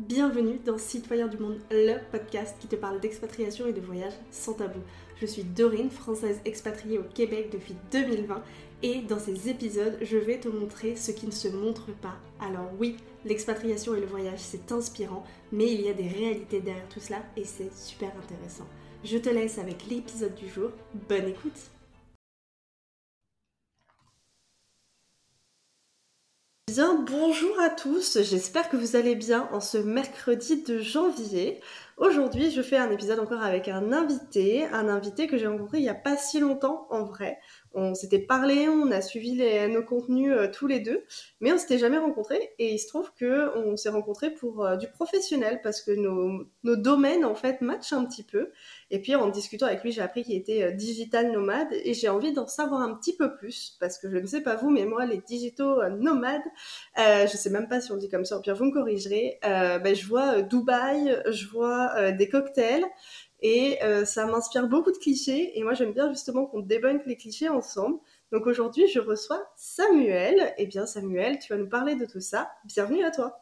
Bienvenue dans Citoyens du Monde, le podcast qui te parle d'expatriation et de voyage sans tabou. Je suis Dorine, française expatriée au Québec depuis 2020 et dans ces épisodes, je vais te montrer ce qui ne se montre pas. Alors oui, l'expatriation et le voyage, c'est inspirant, mais il y a des réalités derrière tout cela et c'est super intéressant. Je te laisse avec l'épisode du jour. Bonne écoute! Bien, bonjour à tous, j'espère que vous allez bien en ce mercredi de janvier. Aujourd'hui, je fais un épisode encore avec un invité que j'ai rencontré il n'y a pas si longtemps en vrai. On s'était parlé, on a suivi nos contenus tous les deux, mais on s'était jamais rencontrés et il se trouve qu'on s'est rencontrés pour du professionnel parce que nos domaines en fait matchent un petit peu. Et puis en discutant avec lui, j'ai appris qu'il était digital nomade et j'ai envie d'en savoir un petit peu plus parce que je ne sais pas vous, mais moi les digitaux nomades, je sais même pas si on dit comme ça, au pire vous me corrigerez. Je vois Dubaï, je vois des cocktails et ça m'inspire beaucoup de clichés et moi j'aime bien justement qu'on débunk les clichés ensemble. Donc aujourd'hui je reçois Samuel. Eh bien Samuel, tu vas nous parler de tout ça. Bienvenue à toi.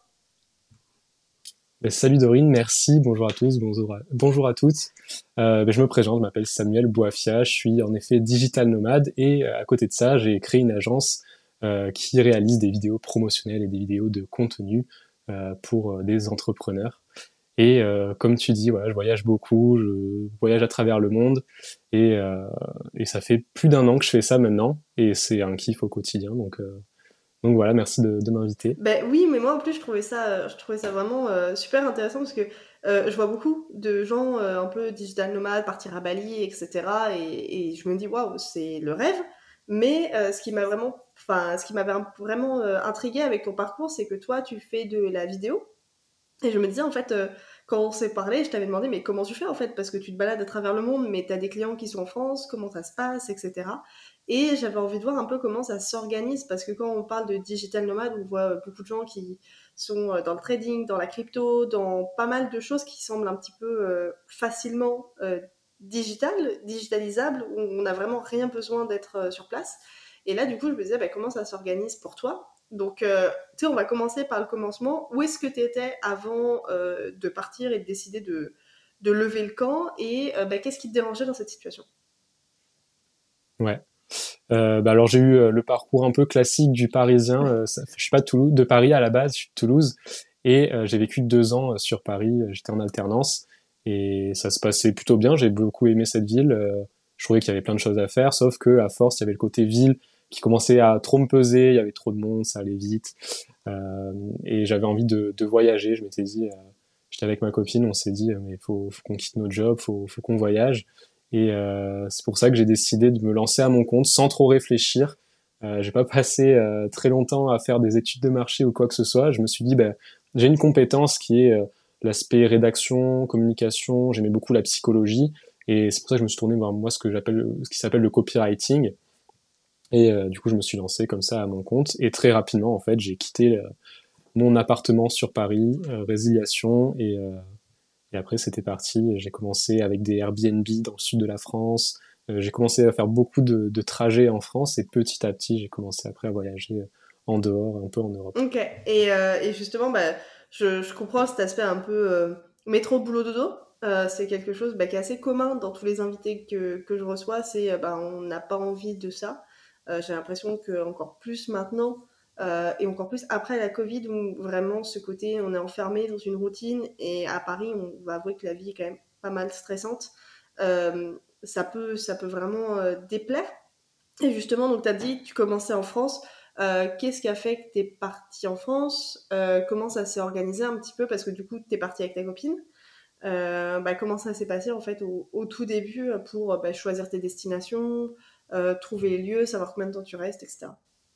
Salut Dorine, merci, bonjour à tous, bonjour à toutes. Je me présente, je m'appelle Samuel Boafia, je suis en effet digital nomade et à côté de ça, j'ai créé une agence qui réalise des vidéos promotionnelles et des vidéos de contenu pour des entrepreneurs. Et comme tu dis, voilà, je voyage beaucoup, je voyage à travers le monde et ça fait plus d'un an que je fais ça maintenant et c'est un kiff au quotidien. Donc voilà, merci de m'inviter. Ben oui, mais moi en plus je trouvais ça vraiment super intéressant parce que je vois beaucoup de gens un peu digital nomades partir à Bali, etc. Et je me dis waouh, c'est le rêve. Mais ce qui m'avait vraiment intrigué avec ton parcours, c'est que toi tu fais de la vidéo. Et je me disais, en fait, quand on s'est parlé, je t'avais demandé, mais comment tu fais, en fait? Parce que tu te balades à travers le monde, mais tu as des clients qui sont en France, comment ça se passe, etc. Et j'avais envie de voir un peu comment ça s'organise, parce que quand on parle de digital nomade, on voit beaucoup de gens qui sont dans le trading, dans la crypto, dans pas mal de choses qui semblent un petit peu facilement digitalisables, où on n'a vraiment rien besoin d'être sur place. Et là, du coup, je me disais, bah, comment ça s'organise pour toi? Donc, tu sais, on va commencer par le commencement. Où est-ce que tu étais avant de partir et de décider de lever le camp? Et qu'est-ce qui te dérangeait dans cette situation? Ouais. Alors j'ai eu le parcours un peu classique du Parisien. Je suis pas de Toulouse, de Paris à la base, je suis de Toulouse et j'ai vécu 2 ans sur Paris. J'étais en alternance et ça se passait plutôt bien. J'ai beaucoup aimé cette ville. Je trouvais qu'il y avait plein de choses à faire, sauf que à force, il y avait le côté ville qui commençait à trop me peser. Il y avait trop de monde, ça allait vite euh, et j'avais envie de voyager. Je m'étais dit, j'étais avec ma copine, on s'est dit mais faut qu'on quitte notre job, faut qu'on voyage. Et c'est pour ça que j'ai décidé de me lancer à mon compte sans trop réfléchir. J'ai pas passé très longtemps à faire des études de marché ou quoi que ce soit. Je me suis dit, j'ai une compétence qui est l'aspect rédaction, communication. J'aimais beaucoup la psychologie et c'est pour ça que je me suis tourné vers moi ce qui s'appelle le copywriting. Et du coup, je me suis lancé comme ça à mon compte. Et très rapidement, en fait, j'ai quitté mon appartement sur Paris, résiliation et après, c'était parti. J'ai commencé avec des Airbnb dans le sud de la France. J'ai commencé à faire beaucoup de trajets en France et petit à petit, j'ai commencé après à voyager en dehors, un peu en Europe. Ok. Et justement, je comprends cet aspect un peu métro boulot dodo. C'est quelque chose qui est assez commun dans tous les invités que je reçois. C'est on n'a pas envie de ça. J'ai l'impression que encore plus maintenant et encore plus après la Covid où vraiment ce côté on est enfermé dans une routine et à Paris on va avouer que la vie est quand même pas mal stressante. Ça peut vraiment déplaire. Et justement, donc tu as dit que tu commençais en France. Qu'est-ce qui a fait que tu es partie en France? Comment ça s'est organisé un petit peu? Parce que du coup, tu es partie avec ta copine. Comment ça s'est passé en fait au tout début pour choisir tes destinations, trouver les lieux, savoir combien de temps tu restes, etc.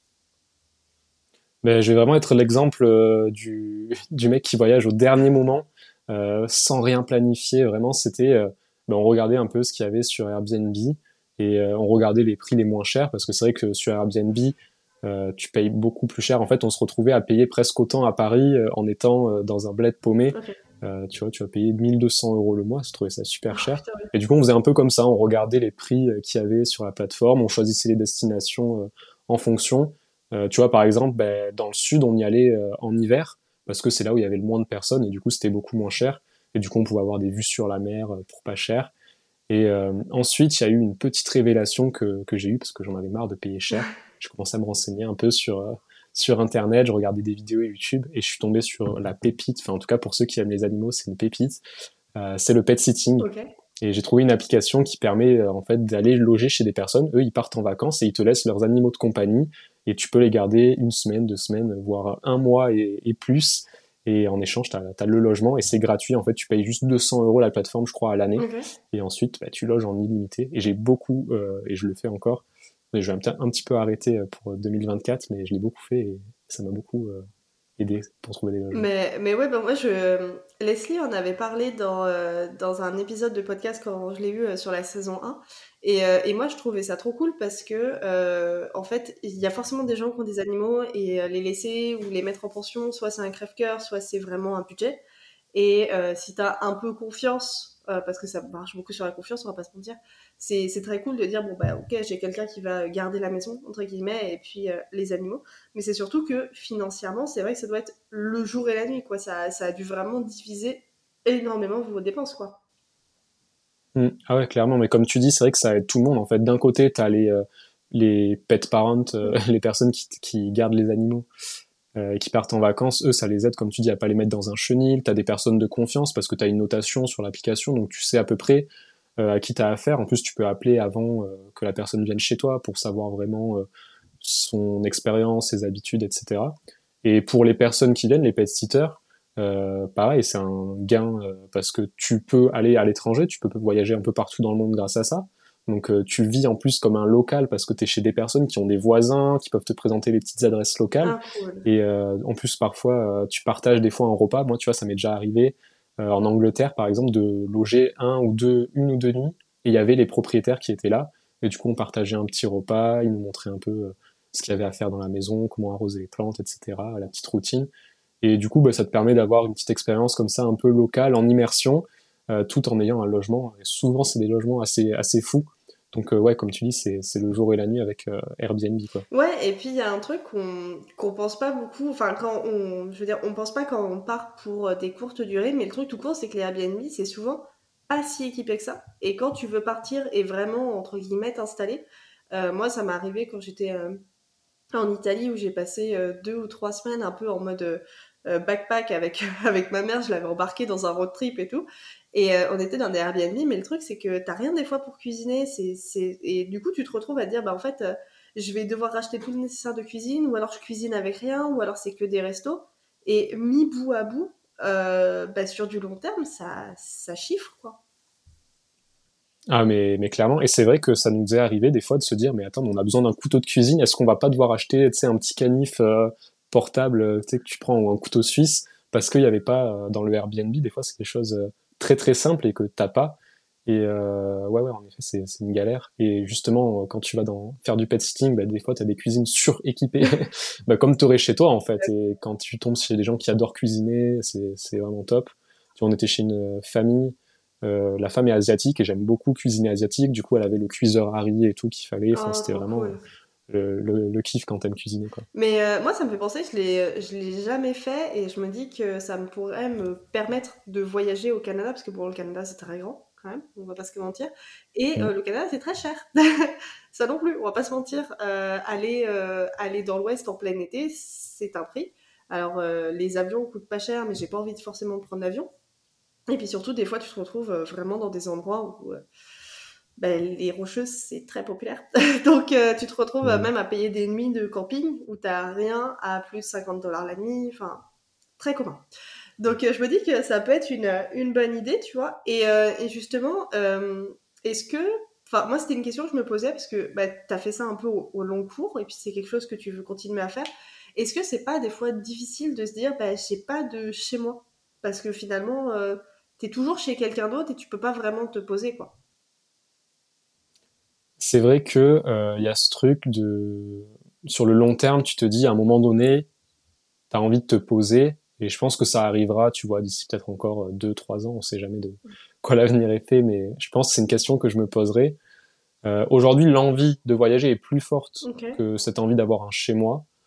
Mais je vais vraiment être l'exemple du mec qui voyage au dernier moment, sans rien planifier. Vraiment, on regardait un peu ce qu'il y avait sur Airbnb et on regardait les prix les moins chers parce que c'est vrai que sur Airbnb, tu payes beaucoup plus cher. En fait, on se retrouvait à payer presque autant à Paris en étant dans un bled paumé. Ok. Tu vois, tu vas payer 1 200 € le mois, je trouvais ça super Oh, cher. putain, oui. Et du coup, on faisait un peu comme ça, on regardait les prix qu'il y avait sur la plateforme, on choisissait les destinations en fonction. Tu vois, par exemple, dans le sud, on y allait en hiver parce que c'est là où il y avait le moins de personnes et du coup c'était beaucoup moins cher. Et du coup on pouvait avoir des vues sur la mer pour pas cher. Et ensuite il y a eu une petite révélation que j'ai eue parce que j'en avais marre de payer cher. Je commençais à me renseigner un peu sur internet, je regardais des vidéos YouTube et je suis tombé sur la pépite. Enfin en tout cas pour ceux qui aiment les animaux c'est une pépite. C'est le pet sitting. Ok. Et j'ai trouvé une application qui permet en fait d'aller loger chez des personnes. Eux, ils partent en vacances et ils te laissent leurs animaux de compagnie et tu peux les garder une semaine, 2 semaines, voire un mois et plus. Et en échange, t'as le logement et c'est gratuit. En fait, tu payes juste 200 € la plateforme, je crois, à l'année. Ok. Et ensuite, bah, tu loges en illimité. Et j'ai beaucoup, et je le fais encore. Mais je vais un petit peu arrêter pour 2024, mais je l'ai beaucoup fait et ça m'a beaucoup aidé pour trouver des logements. Mais ouais, ben moi, Leslie en avait parlé dans un épisode de podcast quand je l'ai eu sur la saison 1. Et moi, je trouvais ça trop cool parce que, en fait, il y a forcément des gens qui ont des animaux et les laisser ou les mettre en pension, soit c'est un crève-cœur, soit c'est vraiment un budget. Et si t'as un peu confiance, parce que ça marche beaucoup sur la confiance, on va pas se mentir, c'est très cool de dire, bon, bah, ok, j'ai quelqu'un qui va garder la maison, entre guillemets, et puis les animaux. Mais c'est surtout que financièrement, c'est vrai que ça doit être le jour et la nuit, quoi. Ça a dû vraiment diviser énormément vos dépenses, quoi. Ah ouais, clairement, mais comme tu dis, c'est vrai que ça aide tout le monde. En fait, d'un côté, t'as les pet parents, Mm. les personnes qui gardent les animaux et qui partent en vacances. Eux, ça les aide, comme tu dis, à pas les mettre dans un chenil. T'as des personnes de confiance parce que t'as une notation sur l'application, donc tu sais à peu près à qui t'as affaire. En plus, tu peux appeler avant que la personne vienne chez toi pour savoir vraiment son expérience, ses habitudes, etc. Et pour les personnes qui viennent, les pet sitters, pareil, c'est un gain parce que tu peux aller à l'étranger, tu peux voyager un peu partout dans le monde grâce à ça. Donc tu vis en plus comme un local parce que tu es chez des personnes qui ont des voisins, qui peuvent te présenter les petites adresses locales. Ah, cool. Et en plus, parfois, tu partages des fois un repas. Moi, tu vois, ça m'est déjà arrivé en Angleterre, par exemple, de loger une ou deux nuits. Et il y avait les propriétaires qui étaient là. Et du coup, on partageait un petit repas. Ils nous montraient un peu ce qu'il y avait à faire dans la maison, comment arroser les plantes, etc. La petite routine. Et du coup, bah, ça te permet d'avoir une petite expérience comme ça, un peu locale, en immersion, tout en ayant un logement. Et souvent, c'est des logements assez fous. Donc, ouais, comme tu dis, c'est le jour et la nuit avec Airbnb, quoi. Ouais, et puis il y a un truc qu'on pense pas beaucoup, enfin je veux dire, on pense pas quand on part pour des courtes durées, mais le truc tout court, c'est que les Airbnb, c'est souvent pas si équipé que ça. Et quand tu veux partir et vraiment, entre guillemets, t'installer, moi ça m'est arrivé quand j'étais en Italie où j'ai passé 2 ou 3 semaines un peu en mode backpack avec, avec ma mère, je l'avais embarqué dans un road trip et tout. Et on était dans des Airbnb, mais le truc c'est que t'as rien des fois pour cuisiner, et du coup tu te retrouves à te dire, bah en fait, je vais devoir racheter tout le nécessaire de cuisine, ou alors je cuisine avec rien, ou alors c'est que des restos. Et mis bout à bout, bah, sur du long terme, ça chiffre quoi. Ah, mais clairement. Et c'est vrai que ça nous est arrivé des fois de se dire, mais attends, on a besoin d'un couteau de cuisine. Est-ce qu'on va pas devoir acheter, tu sais, un petit canif portable, tu sais, que tu prends ou un couteau suisse parce qu'il n'y avait pas dans le Airbnb. Des fois, c'est des choses très très simples et que t'as pas. Et ouais, en effet, c'est une galère. Et justement, quand tu vas faire du pet sitting, bah, des fois, tu as des cuisines suréquipées, bah, comme tu aurais chez toi, en fait. Et quand tu tombes chez des gens qui adorent cuisiner, c'est vraiment top. Tu vois, on était chez une famille, la femme est asiatique et j'aime beaucoup cuisiner asiatique. Du coup, elle avait le cuiseur Harry et tout qu'il fallait. Enfin, Oh, c'était trop vraiment cool. le kiff quand t'aimes cuisiner, quoi. Mais moi, ça me fait penser, je l'ai jamais fait et je me dis que ça me pourrait me permettre de voyager au Canada, parce que bon, le Canada, c'est très grand, quand même, on va pas se mentir. Et Mm. le Canada, c'est très cher. Ça non plus, on va pas se mentir. Aller dans l'Ouest en plein été, c'est un prix. Alors, les avions coûtent pas cher, mais j'ai pas envie de forcément prendre l'avion. Et puis surtout, des fois, tu te retrouves vraiment dans des endroits où ben, les Rocheuses, c'est très populaire. Donc, tu te retrouves Mm. même à payer des nuits de camping où t'as rien à plus de 50 $ la nuit. Enfin, très commun. Donc, je me dis que ça peut être une bonne idée, tu vois. Et justement, est-ce que. Enfin, moi, c'était une question que je me posais parce que bah, t'as fait ça un peu au long cours et puis c'est quelque chose que tu veux continuer à faire. Est-ce que c'est pas des fois difficile de se dire, bah, j'ai pas de chez moi? Parce que finalement, t'es toujours chez quelqu'un d'autre et tu peux pas vraiment te poser, quoi. C'est vrai que il y a ce truc de sur le long terme, tu te dis à un moment donné, t'as envie de te poser, et je pense que ça arrivera, tu vois, d'ici peut-être encore 2, 3 ans, on sait jamais de quoi l'avenir est fait, mais je pense que c'est une question que je me poserai. Aujourd'hui, l'envie de voyager est plus forte Ok. que cette envie d'avoir un chez moi.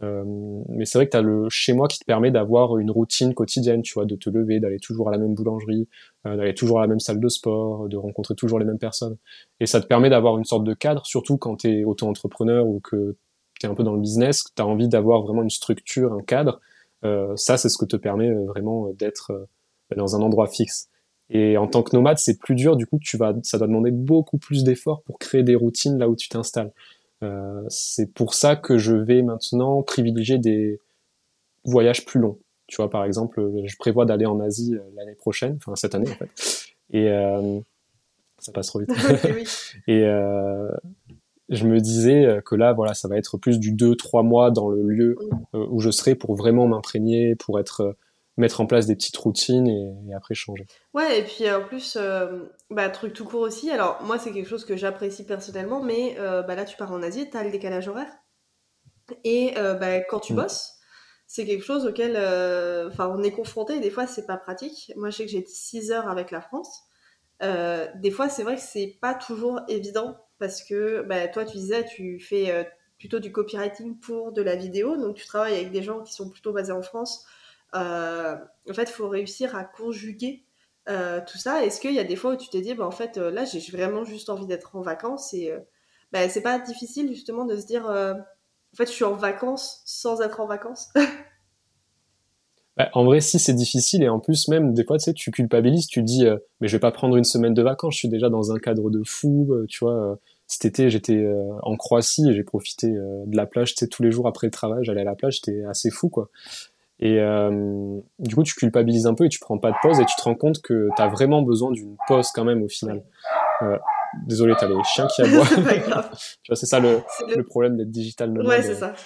Euh, mais c'est vrai que tu as le chez moi qui te permet d'avoir une routine quotidienne, tu vois, de te lever, d'aller toujours à la même boulangerie, d'aller toujours à la même salle de sport, de rencontrer toujours les mêmes personnes. Et ça te permet d'avoir une sorte de cadre, surtout quand tu es auto-entrepreneur ou que tu es un peu dans le business, que tu as envie d'avoir vraiment une structure, un cadre. Ça, c'est ce que te permet vraiment d'être dans un endroit fixe. Et en tant que nomade, c'est plus dur, du coup, ça doit demander beaucoup plus d'efforts pour créer des routines là où tu t'installes. C'est pour ça que je vais maintenant privilégier des voyages plus longs. Tu vois, par exemple, je prévois d'aller en Asie l'année prochaine, enfin cette année en fait. Et ça passe trop vite. Ok, oui. Et je me disais que là, voilà, ça va être plus du 2-3 mois dans le lieu où je serai pour vraiment m'imprégner, pour mettre en place des petites routines et après changer. Ouais, et puis en plus, bah, truc tout court aussi. Alors, moi, c'est quelque chose que j'apprécie personnellement, mais bah, là, tu pars en Asie, t'as le décalage horaire. Et bah, quand tu Mm. bosses, c'est quelque chose auquel enfin, on est confronté, et des fois, c'est pas pratique. Moi, je sais que j'ai 6 heures avec la France. Des fois, c'est vrai que c'est pas toujours évident parce que bah, toi, tu disais, tu fais plutôt du copywriting pour de la vidéo, donc tu travailles avec des gens qui sont plutôt basés en France. En fait, il faut réussir à conjuguer tout ça. Est-ce qu'il y a des fois où tu t'es dit, bah, en fait, là, j'ai vraiment juste envie d'être en vacances et bah, c'est pas difficile justement de se dire, en fait, je suis en vacances sans être en vacances. Bah, en vrai, si c'est difficile et en plus même des fois, tu sais, tu culpabilises, tu te dis, mais je vais pas prendre une semaine de vacances, je suis déjà dans un cadre de fou, tu vois. Cet été, j'étais en Croatie et j'ai profité de la plage, tu sais, tous les jours après le travail, j'allais à la plage, c'était assez fou, quoi. Et du coup, tu culpabilises un peu et tu prends pas de pause et tu te rends compte que t'as vraiment besoin d'une pause quand même au final. Ouais. Euh, Désolé, t'as les chiens qui aboient. C'est pas grave. Tu vois, c'est ça C'est le problème d'être digital Ouais, nomade. c'est ça.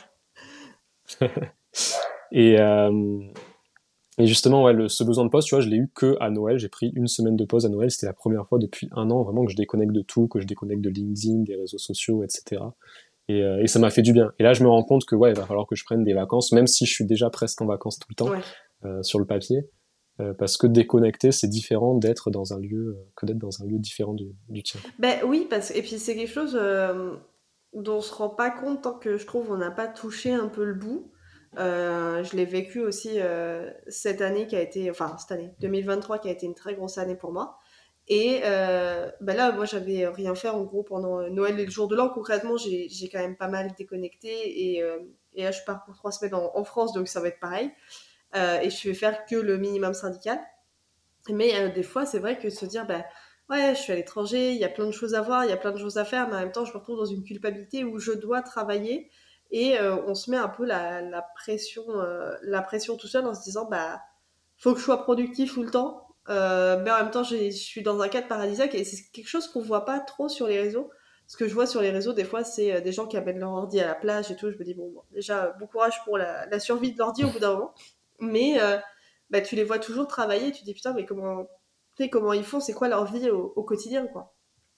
Et, euh, et justement, ouais, ce besoin de pause, tu vois, je l'ai eu que à Noël. J'ai pris une semaine de pause à Noël. C'était la première fois depuis un an vraiment que je déconnecte de tout, que je déconnecte de LinkedIn, des réseaux sociaux, etc. Et ça m'a fait du bien. Et là, je me rends compte que ouais, il va falloir que je prenne des vacances, même si je suis déjà presque en vacances tout le temps Ouais. sur le papier, parce que déconnecter, c'est différent d'être dans un lieu que d'être dans un lieu différent du tien. Quoi. Ben oui, parce et puis c'est quelque chose dont on se rend pas compte tant que je trouve on n'a pas touché un peu le bout. Je l'ai vécu aussi cette année qui a été, enfin cette année 2023 qui a été une très grosse année pour moi. Et ben là, moi j'avais rien fait en gros pendant Noël et le jour de l'an. Concrètement, j'ai quand même pas mal déconnecté et là je pars pour 3 semaines en France, donc ça va être pareil. Et je vais faire que le minimum syndical. Mais des fois, c'est vrai que se dire, bah, ouais, je suis à l'étranger, il y a plein de choses à voir, il y a plein de choses à faire, mais en même temps, je me retrouve dans une culpabilité où je dois travailler et on se met un peu la pression tout seul en se disant, bah, faut que je sois productif tout le temps, mais en même temps, je suis dans un cadre paradisiaque et c'est quelque chose qu'on voit pas trop sur les réseaux. Ce que je vois sur les réseaux, des fois, c'est des gens qui amènent leur ordi à la plage et tout. Je me dis, bon, déjà, bon courage pour la survie de l'ordi au bout d'un moment. Mais bah, tu les vois toujours travailler et tu te dis putain, mais comment ils font, c'est quoi leur vie au quotidien, quoi.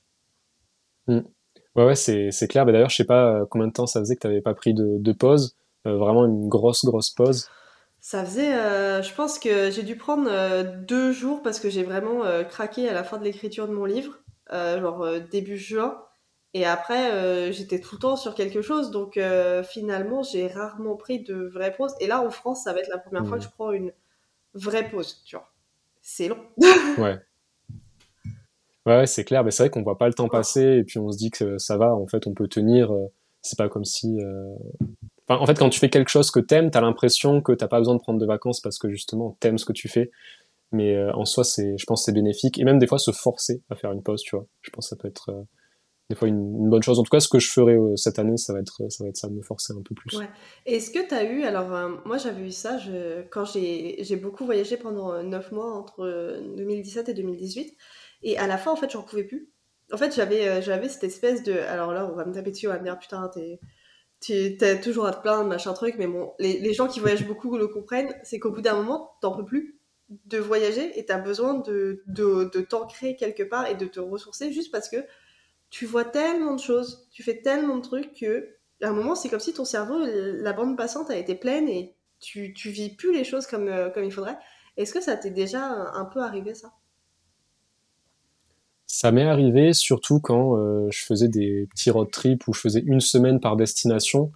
Mm. Ouais, ouais, c'est clair. Mais d'ailleurs, je sais pas combien de temps ça faisait que t'avais pas pris de pause, vraiment une grosse pause. Ça faisait, je pense que j'ai dû prendre 2 jours parce que j'ai vraiment craqué à la fin de l'écriture de mon livre, genre début juin. Et après, j'étais tout le temps sur quelque chose, donc finalement, j'ai rarement pris de vraies pauses. Et là, en France, ça va être la première fois que je Mm. prends une vraie pause, tu vois. C'est long. Ouais. Ouais, ouais, c'est clair. Mais c'est vrai qu'on voit pas le temps passer et puis on se dit que ça va. En fait, on peut tenir. C'est pas comme si. Enfin, en fait, quand tu fais quelque chose que t'aimes, t'as l'impression que t'as pas besoin de prendre de vacances parce que justement t'aimes ce que tu fais. Mais en soi, je pense, que c'est bénéfique et même des fois se forcer à faire une pause, tu vois. Je pense que ça peut être des fois une bonne chose. En tout cas, ce que je ferai cette année, ça va être ça, de me forcer un peu plus. Ouais. Est-ce que tu as eu, alors moi j'avais eu ça quand j'ai beaucoup voyagé pendant 9 mois entre 2017 et 2018 et à la fin en fait j'en pouvais plus. En fait j'avais cette espèce de, alors là on va me taper dessus, on va me dire putain t'es toujours à te plaindre machin truc, mais bon les gens qui voyagent beaucoup le comprennent, c'est qu'au bout d'un moment t'en peux plus de voyager et t'as besoin de t'ancrer quelque part et de te ressourcer juste parce que tu vois tellement de choses, tu fais tellement de trucs que à un moment, c'est comme si ton cerveau, la bande passante a été pleine et tu vis plus les choses comme il faudrait. Est-ce que ça t'est déjà un peu arrivé, ça? Ça m'est arrivé surtout quand je faisais des petits road trips où je faisais une semaine par destination.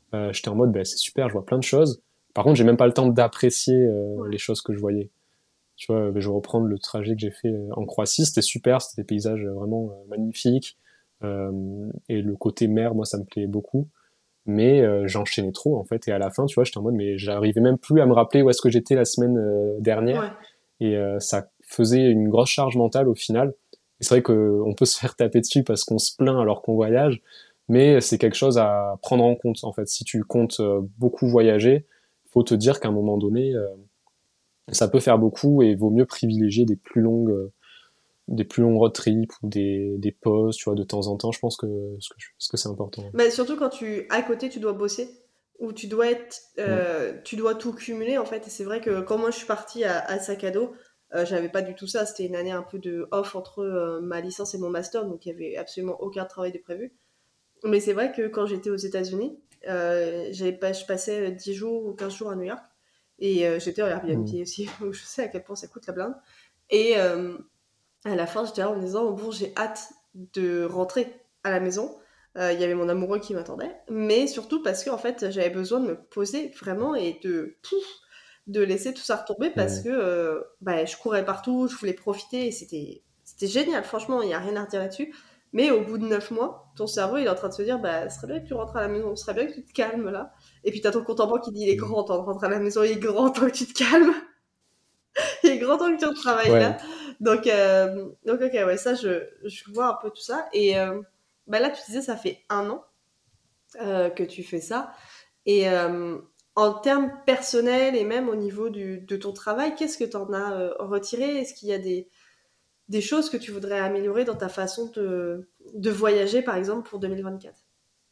J'étais en mode, bah, c'est super, je vois plein de choses. Par contre, j'ai même pas le temps d'apprécier Ouais. les choses que je voyais. Tu vois, je vais reprendre le trajet que j'ai fait en Croatie, c'était super, c'était des paysages vraiment magnifiques. Et le côté mer, moi, ça me plaît beaucoup. Mais j'enchaînais trop, en fait. Et à la fin, tu vois, j'étais en mode, mais j'arrivais même plus à me rappeler où est-ce que j'étais la semaine dernière. Ouais. Et ça faisait une grosse charge mentale au final. Et c'est vrai qu'on peut se faire taper dessus parce qu'on se plaint alors qu'on voyage, mais c'est quelque chose à prendre en compte, en fait. Si tu comptes beaucoup voyager, faut te dire qu'à un moment donné, ça peut faire beaucoup et il vaut mieux privilégier des plus longues road trips ou des pauses, tu vois, de temps en temps. Je pense que c'est important. Bah, surtout quand à côté, tu dois bosser, ou Mm. tu dois tout cumuler en fait. Et c'est vrai que quand moi je suis partie à sac à dos, j'avais pas du tout ça. C'était une année un peu de off entre ma licence et mon master, donc il y avait absolument aucun travail de prévu. Mais c'est vrai que quand j'étais aux États-Unis, je passais 10 jours ou 15 jours à New York. Et j'étais en Airbnb Mm. aussi, où je sais à quel point ça coûte la blinde. Et à la fin, j'étais là en me disant, bon, j'ai hâte de rentrer à la maison. Il y avait mon amoureux qui m'attendait. Mais surtout parce que en fait, j'avais besoin de me poser vraiment et de laisser tout ça retomber parce Mm. que bah, je courais partout, je voulais profiter et c'était génial. Franchement, il n'y a rien à redire là-dessus. Mais au bout de 9 mois, ton cerveau il est en train de se dire bah, ce serait bien que tu rentres à la maison, ce serait bien que tu te calmes là. Et puis t'as ton compte en banque qui dit il est Mm. grand temps de rentrer à la maison, il est grand temps que tu te calmes. Il est grand temps que tu retravailles là. Ouais. Donc ok, ouais, ça, je vois un peu tout ça. Et bah là, tu disais, ça fait 1 an que tu fais ça. Et en termes personnels et même au niveau de ton travail, qu'est-ce que tu en as retiré? Est-ce qu'il y a des choses que tu voudrais améliorer dans ta façon de voyager, par exemple, pour 2024?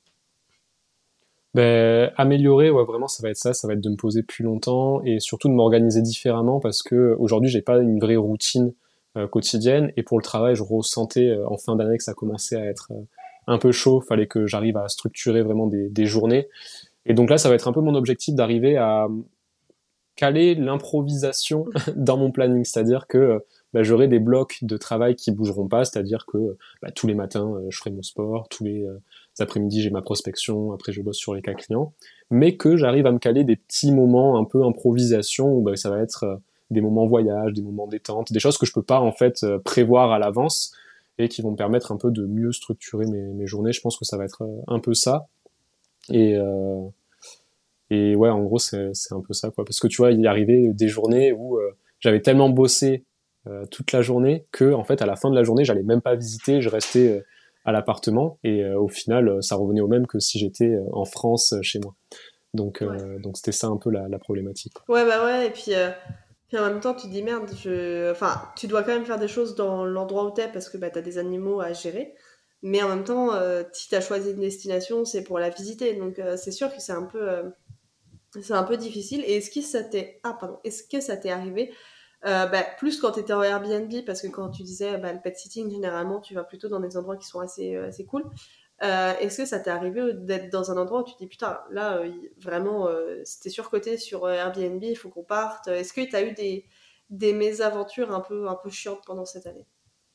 Ben, améliorer, ouais, vraiment, ça va être ça. Ça va être de me poser plus longtemps et surtout de m'organiser différemment parce que aujourd'hui, j'ai pas une vraie routine quotidienne. Et pour le travail, je ressentais en fin d'année que ça commençait à être un peu chaud. Fallait que j'arrive à structurer vraiment des journées. Et donc là, ça va être un peu mon objectif d'arriver à caler l'improvisation dans mon planning, c'est-à-dire que bah, j'aurai des blocs de travail qui bougeront pas, c'est-à-dire que bah, tous les matins je ferai mon sport, tous les après-midi j'ai ma prospection, après je bosse sur les cas clients, mais que j'arrive à me caler des petits moments un peu improvisation où bah, ça va être des moments voyage, des moments détente, des choses que je peux pas en fait prévoir à l'avance et qui vont me permettre un peu de mieux structurer mes journées. Je pense que ça va être un peu ça. Et, et ouais, en gros, c'est un peu ça, quoi. Parce que tu vois, il y arrivait des journées où j'avais tellement bossé toute la journée que, en fait, à la fin de la journée, j'allais même pas visiter, je restais à l'appartement et au final, ça revenait au même que si j'étais en France chez moi. Ouais. Donc c'était ça un peu la problématique. Ouais, bah ouais, et puis en même temps, tu te dis merde, enfin, tu dois quand même faire des choses dans l'endroit où t'es parce que bah, t'as des animaux à gérer. Mais en même temps, si t'as choisi une destination, c'est pour la visiter. Donc c'est sûr que c'est un peu difficile. Et est-ce que ça t'est arrivé bah, plus quand t'étais en Airbnb, parce que quand tu disais bah, le pet sitting, généralement, tu vas plutôt dans des endroits qui sont assez cool. Est-ce que ça t'est arrivé d'être dans un endroit où tu te dis putain, là, vraiment, c'était surcoté sur Airbnb, il faut qu'on parte. Est-ce que t'as eu des mésaventures un peu chiantes pendant cette année?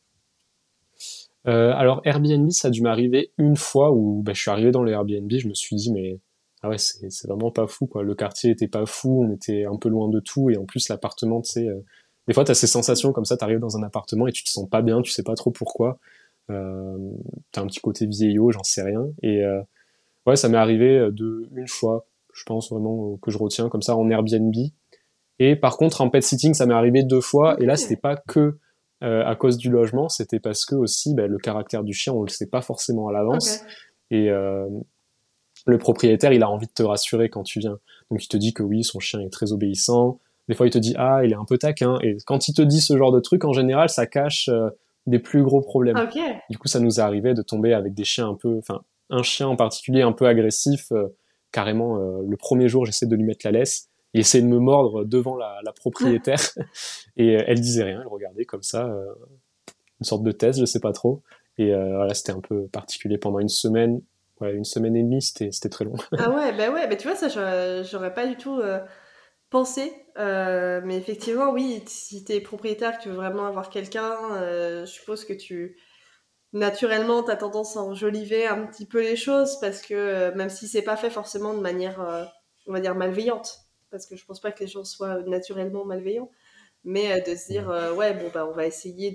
Alors Airbnb, ça a dû m'arriver une fois où bah, je suis arrivé dans le Airbnb, je me suis dit mais ah ouais c'est vraiment pas fou quoi. Le quartier était pas fou, on était un peu loin de tout et en plus l'appartement, tu sais, des fois t'as ces sensations comme ça, t'arrives dans un appartement et tu te sens pas bien, tu sais pas trop pourquoi. Euh, T'as un petit côté vieillot, j'en sais rien. Et ouais, ça m'est arrivé de une fois, je pense vraiment que je retiens comme ça en Airbnb. Et par contre, en pet sitting, ça m'est arrivé 2 fois. Ok, Et là, c'était pas que à cause du logement, c'était parce que aussi bah, le caractère du chien, on le sait pas forcément à l'avance. ok. Et le propriétaire, il a envie de te rassurer quand tu viens. Donc il te dit que oui, son chien est très obéissant. Des fois, il te dit ah, il est un peu taquin. Et quand il te dit ce genre de truc, en général, ça cache des plus gros problèmes. Ok. Du coup, ça nous est arrivé de tomber avec des chiens un peu, enfin, un chien en particulier un peu agressif. Carrément, le premier jour, j'essaie de lui mettre la laisse. Il essaie de me mordre devant la propriétaire et elle disait rien, elle regardait comme ça, une sorte de test, je sais pas trop. Et voilà, c'était un peu particulier pendant une semaine, ouais, une semaine et demie, c'était très long. Ah ouais, bah tu vois, ça, j'aurais pas du tout pensé. Mais effectivement, oui, si t'es propriétaire, que tu veux vraiment avoir quelqu'un, je suppose que naturellement, t'as tendance à enjoliver un petit peu les choses parce que même si c'est pas fait forcément de manière, on va dire, malveillante, parce que je pense pas que les gens soient naturellement malveillants, mais de se dire, ouais, bon, bah, on va essayer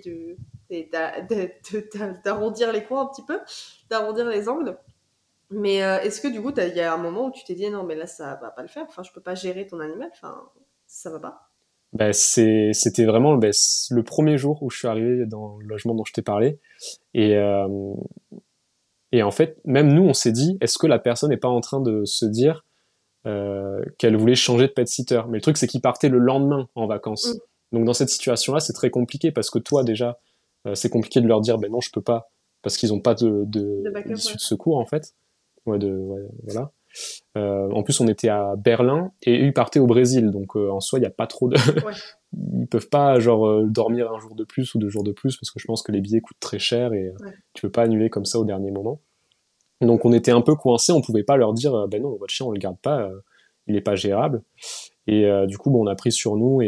d'arrondir les coins un petit peu, d'arrondir les angles. Mais est-ce que du coup, il y a un moment où tu t'es dit, non, mais là, ça va pas le faire, enfin, je peux pas gérer ton animal, enfin, ça va pas. Bah, c'était vraiment le premier jour où je suis arrivé dans le logement dont je t'ai parlé. Et, et en fait, même nous, on s'est dit, est-ce que la personne n'est pas en train de se dire qu'elle voulait changer de pet sitter? Mais le truc, c'est qu'il partait le lendemain en Mm. vacances. Donc dans cette situation-là, c'est très compliqué parce que toi, déjà, c'est compliqué de leur dire, ben non, je peux pas, parce qu'ils n'ont pas De backup, d'issue ouais. de secours, en fait. Ouais, voilà. En plus, on était à Berlin et eux, ils partaient au Brésil. Donc en soi, il n'y a pas trop de... Ouais. Ils peuvent pas genre dormir un jour de plus ou 2 jours de plus parce que je pense que les billets coûtent très cher et Ouais. tu peux pas annuler comme ça au dernier moment. Donc on était un peu coincés, on pouvait pas leur dire ben non, votre chien on le garde pas, il est pas gérable. Et du coup bon, on a pris sur nous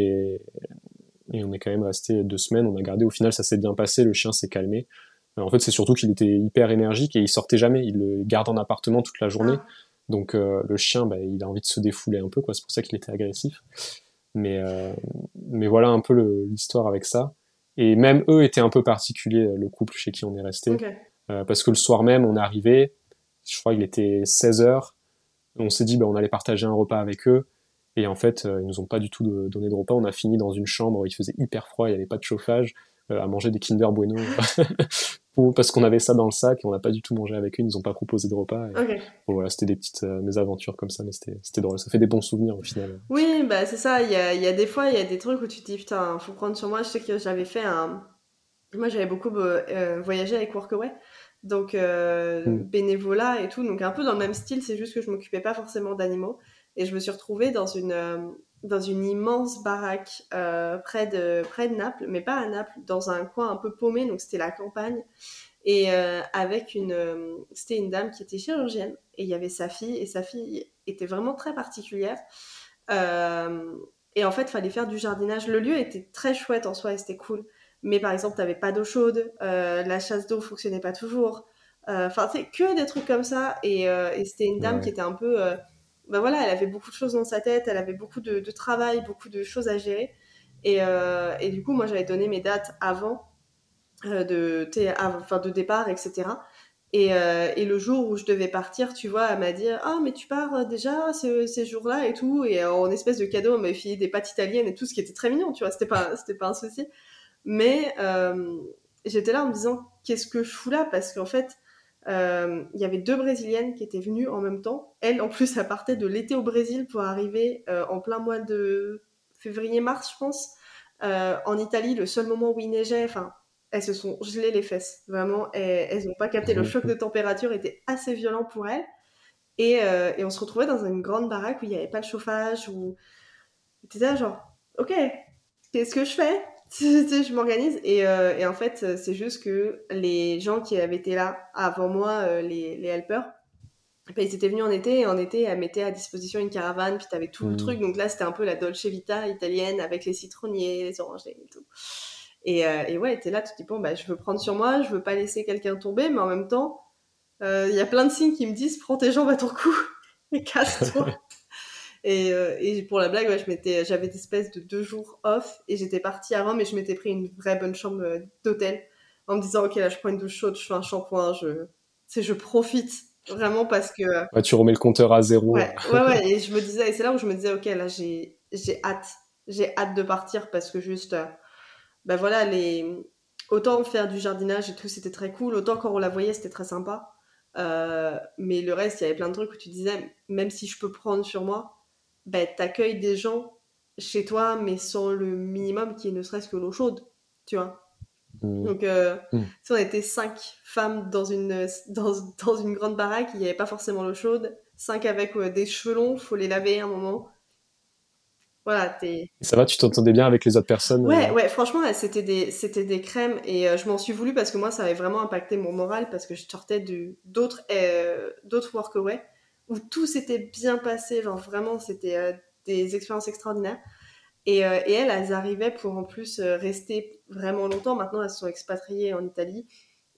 et on est quand même resté 2 semaines. On a gardé, au final ça s'est bien passé, le chien s'est calmé. En fait c'est surtout qu'il était hyper énergique et il sortait jamais, il le garde en appartement toute la journée. Ah, Donc le chien bah, il a envie de se défouler un peu quoi, c'est pour ça qu'il était agressif. Mais, euh, mais voilà un peu l'histoire avec ça. Et même eux étaient un peu particuliers, le couple chez qui on est resté. ok. Parce que le soir même, on est arrivé, je crois qu'il était 16 heures. On s'est dit, bah, on allait partager un repas avec eux. Et en fait, ils nous ont pas du tout donné de repas. On a fini dans une chambre, il faisait hyper froid, il n'y avait pas de chauffage, à manger des Kinder Bueno. Parce qu'on avait ça dans le sac et on n'a pas du tout mangé avec eux, ils nous ont pas proposé de repas. Et Ok. bon, voilà, c'était des petites mésaventures comme ça, mais c'était drôle. Ça fait des bons souvenirs au final. Oui, bah c'est ça. Il y a des fois, il y a des trucs où tu te dis, putain, faut prendre sur moi. Je sais que j'avais fait un. Moi, j'avais beaucoup voyagé avec Workaway. Donc, Mm. bénévolat et tout. Donc, un peu dans le même style, c'est juste que je m'occupais pas forcément d'animaux. Et je me suis retrouvée dans une immense baraque près de Naples, mais pas à Naples, dans un coin un peu paumé. Donc, c'était la campagne. Et avec c'était une dame qui était chirurgienne. Et il y avait sa fille. Et sa fille était vraiment très particulière. Euh, et en fait, il fallait faire du jardinage. Le lieu était très chouette en soi et c'était cool. Mais par exemple, t'avais pas d'eau chaude, la chasse d'eau fonctionnait pas toujours. Enfin, c'est que des trucs comme ça. Et c'était une dame qui Ouais. était un peu. Ben voilà, elle avait beaucoup de choses dans sa tête, elle avait beaucoup de travail, beaucoup de choses à gérer. Et du coup, moi, j'avais donné mes dates avant enfin, de départ, etc. Et le jour où je devais partir, tu vois, elle m'a dit ah mais tu pars déjà ces jours-là et tout, et en espèce de cadeau, elle m'avait filé des pâtes italiennes et tout, ce qui était très mignon, tu vois, c'était pas un souci. Mais j'étais là en me disant qu'est-ce que je fous là, parce qu'en fait il y avait deux Brésiliennes qui étaient venues en même temps. Elle, en plus, elle partait de l'été au Brésil pour arriver en plein mois de février-mars, je pense, en Italie, le seul moment où il neigeait. Enfin, elles se sont gelées les fesses. Vraiment, elles n'ont pas capté. Le choc de température était assez violent pour elles. Et on se retrouvait dans une grande baraque où il n'y avait pas de chauffage, où t'étais là genre, ok, qu'est-ce que je fais? Tu sais, je m'organise. Et en fait, c'est juste que les gens qui avaient été là avant moi, les helpers, ben, ils étaient venus en été, et en été, elles mettaient à disposition une caravane, puis t'avais tout le truc. Mm. Donc là, c'était un peu la Dolce Vita italienne avec les citronniers, les orangers et tout. Et ouais, t'es là, tu te dis, bon, bah, je veux prendre sur moi, je veux pas laisser quelqu'un tomber, mais en même temps, il y a plein de signes qui me disent, prends tes jambes à ton cou et casse-toi. Et pour la blague, ouais, j'avais des espèces de 2 jours off et j'étais partie à Rome et je m'étais pris une vraie bonne chambre d'hôtel en me disant, ok, là, je prends une douche chaude, je fais un shampoing, je profite vraiment parce que, Ouais, tu remets le compteur à zéro. ouais, et je me disais, et c'est là où je me disais, ok, là, j'ai hâte de partir parce que juste, ben voilà, autant faire du jardinage et tout, c'était très cool, autant quand on la voyait, c'était très sympa. Mais le reste, il y avait plein de trucs où tu disais, même si je peux prendre sur moi, ben, t'accueilles des gens chez toi, mais sans le minimum qui est ne serait-ce que l'eau chaude, tu vois. Mm. Donc, Mm. si on était 5 femmes dans une grande baraque, il n'y avait pas forcément l'eau chaude. 5 avec des cheveux longs, faut les laver à un moment. Voilà, t'es. Ça va, tu t'entendais bien avec les autres personnes Ouais, franchement, ouais, c'était des crèmes et je m'en suis voulu parce que moi, ça avait vraiment impacté mon moral parce que je sortais d'autres workaway où tout s'était bien passé, genre vraiment, c'était des expériences extraordinaires. Et elles arrivaient pour en plus rester vraiment longtemps. Maintenant, elles se sont expatriées en Italie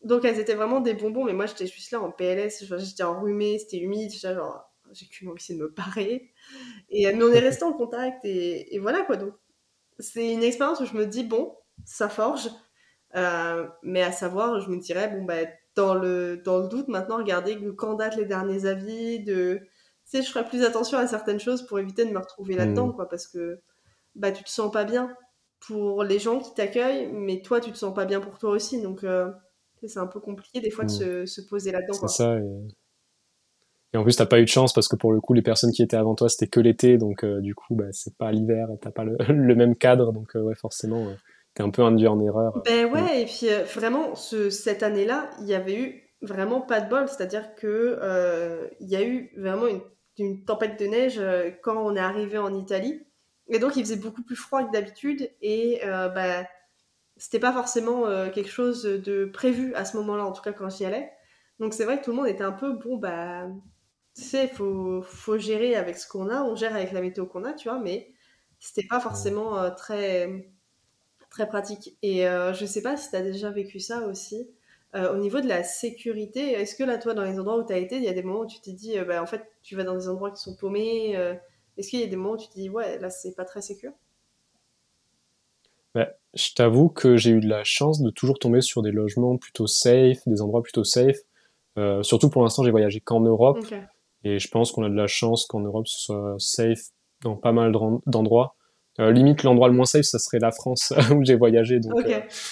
Donc elles étaient vraiment des bonbons, mais moi j'étais juste là en PLS, j'étais enrhumée, c'était humide, j'étais genre, j'ai qu'une envie, c'est de me barrer. Mais on est resté en contact et voilà quoi. Donc c'est une expérience où je me dis, bon, ça forge, mais à savoir, je me dirais, bon, bah, dans le doute, maintenant, regardez quand datent les derniers avis, tu sais, je ferais plus attention à certaines choses pour éviter de me retrouver là-dedans, Hmm. quoi, parce que bah, tu te sens pas bien pour les gens qui t'accueillent, mais toi, tu te sens pas bien pour toi aussi, donc c'est un peu compliqué des fois de Hmm. se poser là-dedans, C'est quoi. ça. Et en plus, t'as pas eu de chance parce que pour le coup, les personnes qui étaient avant toi, c'était que l'été, donc du coup, bah, c'est pas l'hiver, t'as pas le, le même cadre, donc ouais, forcément, t'es un peu induit en erreur. Ben Mm. ouais, et puis vraiment, cette année-là, il y avait eu vraiment pas de bol, c'est-à-dire que il y a eu vraiment une tempête de neige quand on est arrivé en Italie, et donc il faisait beaucoup plus froid que d'habitude, et bah, c'était pas forcément quelque chose de prévu à ce moment-là, en tout cas quand j'y allais. Donc c'est vrai que tout le monde était un peu, bon bah, tu sais, faut gérer avec ce qu'on a, on gère avec la météo qu'on a, tu vois, mais c'était pas Mm. forcément très pratique. Et je sais pas si tu as déjà vécu ça aussi. Au niveau de la sécurité, est-ce que là, toi, dans les endroits où tu as été, il y a des moments où tu t'es dit, bah, en fait, tu vas dans des endroits qui sont paumés est-ce qu'il y a des moments où tu te dis, ouais, là, c'est pas très sécure? Bah, je t'avoue que j'ai eu de la chance de toujours tomber sur des logements plutôt safe, des endroits plutôt safe. Surtout pour l'instant, j'ai voyagé qu'en Europe, Ok. et je pense qu'on a de la chance qu'en Europe, ce soit safe dans pas mal d'endroits. Limite, l'endroit le moins safe, ça serait la France où j'ai voyagé, Ok.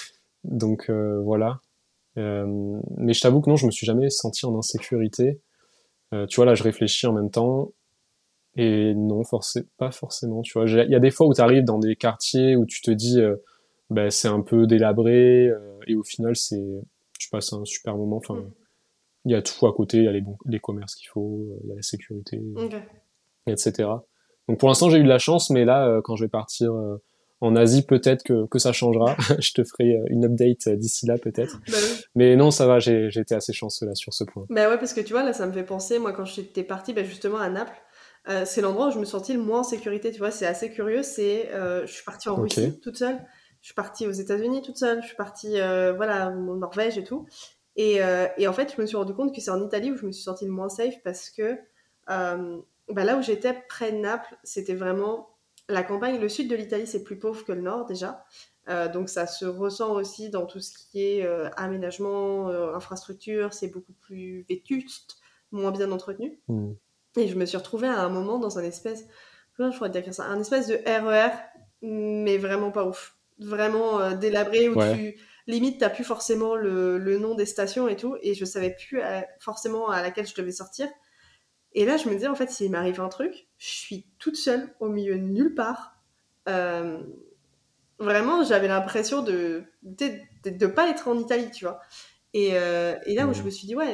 voilà. Mais je t'avoue que non, je me suis jamais senti en insécurité. Tu vois, là, je réfléchis en même temps. Et non, pas forcément. Tu vois, il y a des fois où tu arrives dans des quartiers où tu te dis, bah, c'est un peu délabré, et au final, tu passes un super moment. Enfin, Hmm. il y a tout à côté, il y a les commerces qu'il faut, il y a la sécurité, Ok. etc. Donc pour l'instant, j'ai eu de la chance, mais là, quand je vais partir en Asie, peut-être que ça changera. Je te ferai une update d'ici là, peut-être. Bah oui. Mais non, ça va, j'ai été assez chanceux là sur ce point. Bah ouais, parce que tu vois, là, ça me fait penser, moi, quand j'étais partie, bah, justement, à Naples, c'est l'endroit où je me sentis le moins en sécurité, tu vois, c'est assez curieux, je suis partie en Ok. Russie toute seule, je suis partie aux États-Unis toute seule, je suis partie, voilà, en Norvège et tout, et en fait, je me suis rendu compte que c'est en Italie où je me suis sentie le moins safe parce que bah, là où j'étais, près de Naples, c'était vraiment la campagne, le sud de l'Italie, c'est plus pauvre que le nord, déjà, donc ça se ressent aussi dans tout ce qui est aménagement, infrastructure, c'est beaucoup plus vétuste, moins bien entretenu. Hmm. Et je me suis retrouvée à un moment dans un espèce, comment je pourrais te dire ça, un espèce de RER, mais vraiment pas ouf. Vraiment délabré, où Ouais. limite, t'as plus forcément le nom des stations et tout, et je savais plus forcément à laquelle je devais sortir. Et là, je me disais, en fait, s'il m'arrive un truc, je suis toute seule au milieu de nulle part. Euh, Vraiment, j'avais l'impression de pas être en Italie, tu vois. Et là où je Hmm. me suis dit, ouais,